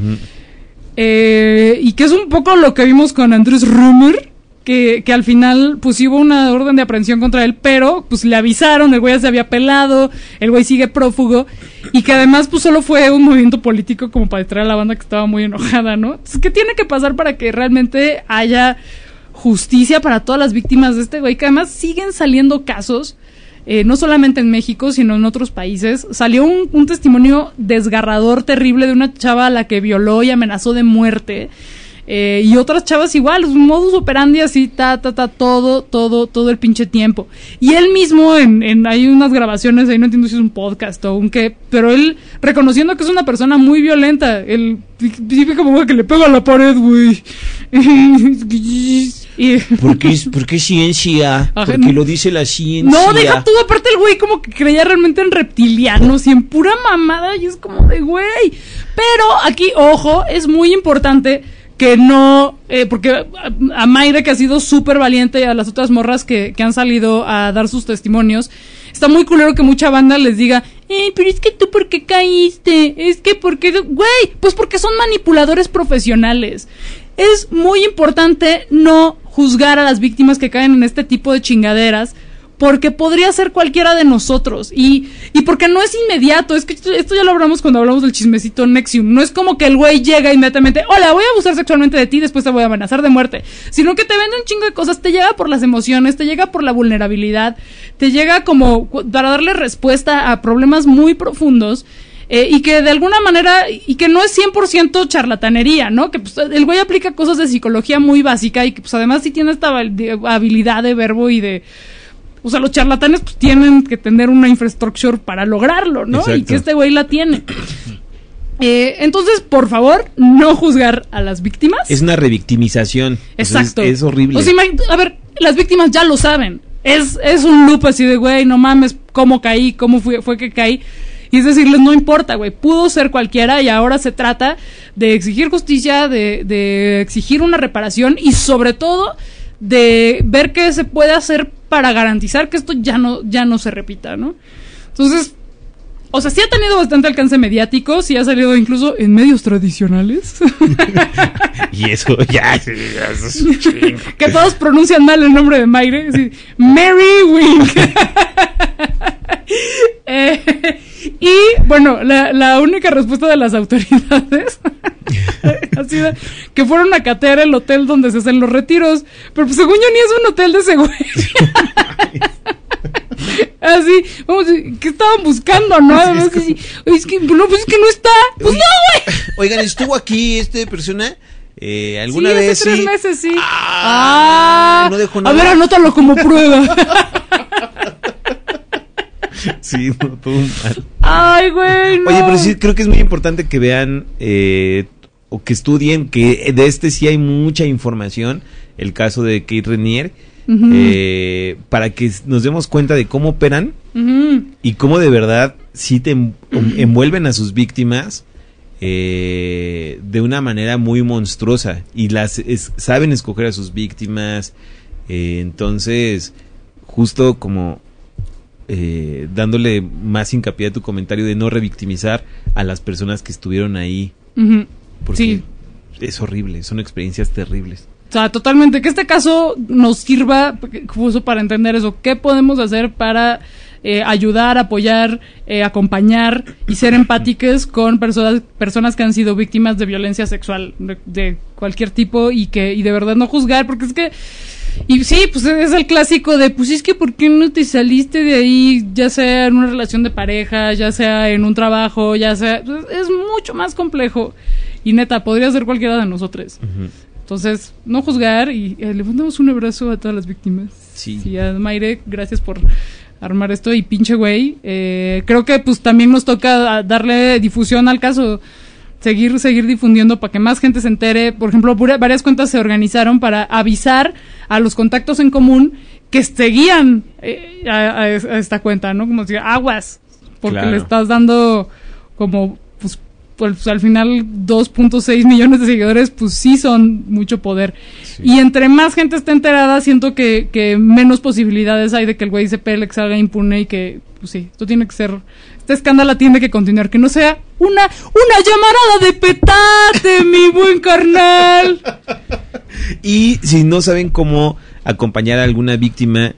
Y que es un poco lo que vimos con Andrés Römer, que al final pues hubo una orden de aprehensión contra él, pero pues le avisaron, el güey ya se había pelado, el güey sigue prófugo, y que además pues solo fue un movimiento político como para distraer a la banda que estaba muy enojada, ¿no? Entonces, ¿qué tiene que pasar para que realmente haya justicia para todas las víctimas de este güey? Que además siguen saliendo casos, no solamente en México, sino en otros países. Salió un testimonio desgarrador, terrible, de una chava a la que violó y amenazó de muerte. Y otras chavas igual, un modus operandi así, todo el pinche tiempo. Y él mismo, hay unas grabaciones, ahí no entiendo si es un podcast o un qué, pero él reconociendo que es una persona muy violenta. Él dice como que le pega a la pared, güey. ¿Por qué ciencia? Porque lo dice la ciencia. No, deja tú, aparte el güey como que creía realmente en reptilianos y en pura mamada, y es como de güey. Pero aquí, ojo, es muy importante que no, porque a Mayra, que ha sido súper valiente, y a las otras morras que han salido a dar sus testimonios, está muy culero que mucha banda les diga, pero es que tú ¿por qué caíste? Es que porque, güey, pues porque son manipuladores profesionales. Es muy importante no juzgar a las víctimas que caen en este tipo de chingaderas, porque podría ser cualquiera de nosotros, y porque no es inmediato. Es que esto ya lo hablamos cuando hablamos del chismecito Nexium. No es como que el güey llega inmediatamente, hola, voy a abusar sexualmente de ti, después te voy a amenazar de muerte, sino que te vende un chingo de cosas, te llega por las emociones, te llega por la vulnerabilidad, te llega como para darle respuesta a problemas muy profundos, y que de alguna manera, y que no es 100% charlatanería, ¿no? Que pues, el güey aplica cosas de psicología muy básica, y que pues además sí tiene esta habilidad de verbo y de... O sea, los charlatanes pues tienen que tener una infraestructura para lograrlo, ¿no? Exacto. Y que este güey la tiene. Entonces, por favor, no juzgar a las víctimas. Es una revictimización. Exacto. O sea, es horrible. O sea, a ver, las víctimas ya lo saben. Es un loop así de, güey, no mames, cómo caí, cómo fue que caí. Y es decirles, no importa, güey, pudo ser cualquiera y ahora se trata de exigir justicia, de exigir una reparación y sobre todo de ver qué se puede hacer para garantizar que esto ya no se repita, ¿no? Entonces, o sea, sí ha tenido bastante alcance mediático, sí ha salido incluso en medios tradicionales. Y eso ya es un chingo. Que todos pronuncian mal el nombre de Mayre, así, Mary Wink. Y bueno, la única respuesta de las autoridades ha sido que fueron a catear el hotel donde se hacen los retiros, pero pues, según yo ni es un hotel de ese güey. Así, vamos, ¿qué estaban buscando, no? Además, es que no está. Pues no, güey. Oigan, ¿estuvo aquí persona? ¿Alguna sí, vez? Hace 3 meses, sí. No dejó nada. A ver, anótalo como prueba. Sí, no, todo mal. Ay, güey, no. Oye, pero sí creo que es muy importante que vean o que estudien, que de sí hay mucha información, el caso de Kate Renier, para que nos demos cuenta de cómo operan y cómo de verdad sí te envuelven a sus víctimas de una manera muy monstruosa y saben escoger a sus víctimas, entonces justo como dándole más hincapié a tu comentario de no revictimizar a las personas que estuvieron ahí, porque sí, es horrible, son experiencias terribles. O sea, totalmente, que este caso nos sirva justo para entender eso, qué podemos hacer para ayudar, apoyar, acompañar y ser empáticos con personas que han sido víctimas de violencia sexual de cualquier tipo y de verdad no juzgar, porque es que, y sí, pues es el clásico de, pues es que ¿por qué no te saliste de ahí? Ya sea en una relación de pareja, ya sea en un trabajo, ya sea, pues es mucho más complejo y neta, podría ser cualquiera de nosotros. Entonces, no juzgar y le mandamos un abrazo a todas las víctimas. Sí, a Mayre, gracias por armar esto y pinche güey. Creo que pues también nos toca darle difusión al caso, seguir difundiendo para que más gente se entere. Por ejemplo, varias cuentas se organizaron para avisar a los contactos en común que seguían a esta cuenta, ¿no? Como si aguas, porque le estás dando como pues al final 2.6 millones de seguidores, pues sí son mucho poder. Sí. Y entre más gente esté enterada, siento que menos posibilidades hay de que el güey se pele, que salga impune y que, pues sí, esto tiene que ser, este escándalo tiene que continuar, que no sea una llamarada de petate, mi buen carnal. Y si no saben cómo acompañar a alguna víctima,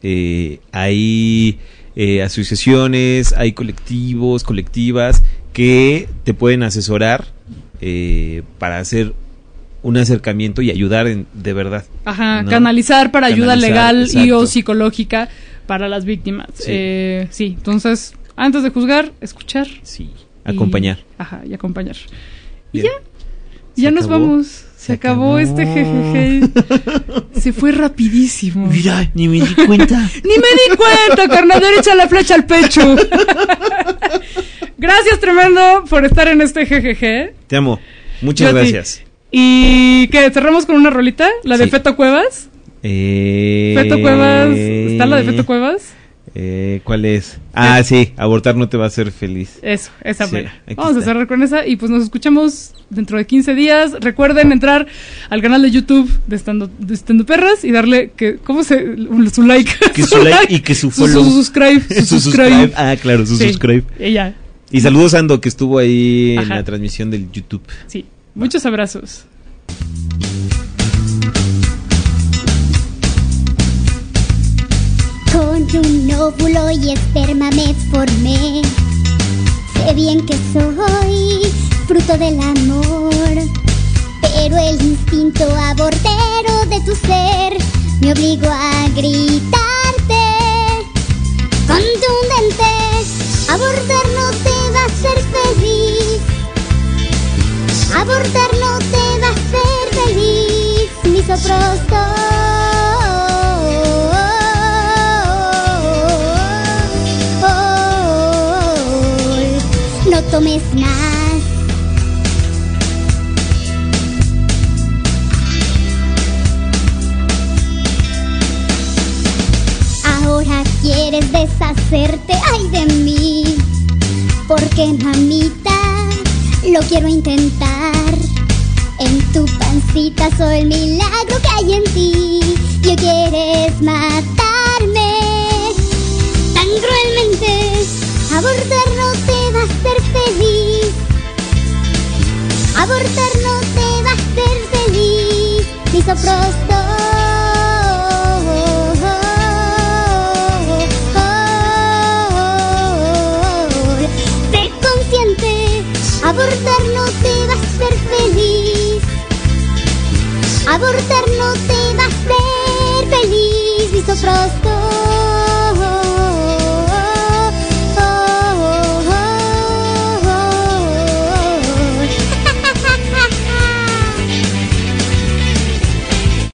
hay asociaciones, hay colectivos, colectivas que te pueden asesorar para hacer un acercamiento y ayudar de verdad. Ajá, ¿no? Canalizar para ayuda legal, exacto, y o psicológica para las víctimas. Sí, entonces, antes de juzgar, escuchar. Sí, acompañar. Y acompañar. Bien. Y ya nos vamos. Se acabó este jejeje. Se fue rapidísimo. Mira, ni me di cuenta. Ni me di cuenta, carnal. Derecha la flecha al pecho. Gracias, tremendo, por estar en este jejeje. Te amo. Muchas gracias. ¿Y qué? ¿Cerramos con una rolita? ¿La de Feto Cuevas? Feto Cuevas. ¿Está la de Feto Cuevas? ¿Cuál es? Ah, sí, abortar no te va a hacer feliz. Eso, esa buena. Vamos a cerrar con esa y pues nos escuchamos dentro de 15 días. Recuerden entrar al canal de YouTube de Estando Perras y darle su like. Que su like y que su follow. Su subscribe. Ah, claro, su subscribe. Y saludos a Ando, que estuvo ahí en la transmisión del YouTube. Sí, muchos abrazos. Con un óvulo y esperma me formé. Sé bien que soy fruto del amor, pero el instinto abortero de tu ser me obligó a gritarte contundente: abortar no te va a hacer feliz, abortar no te va a hacer feliz, misoprostol. No tomes más. Ahora quieres deshacerte, ay de mí, Porque mamita, lo quiero intentar. En tu pancita soy el milagro que hay en ti. Y hoy quieres matarme tan cruelmente. Abortar no te va a hacer feliz. Abortar no te va a hacer feliz. Misoprostol. Sé consciente. Abortar no te va a hacer feliz. Abortar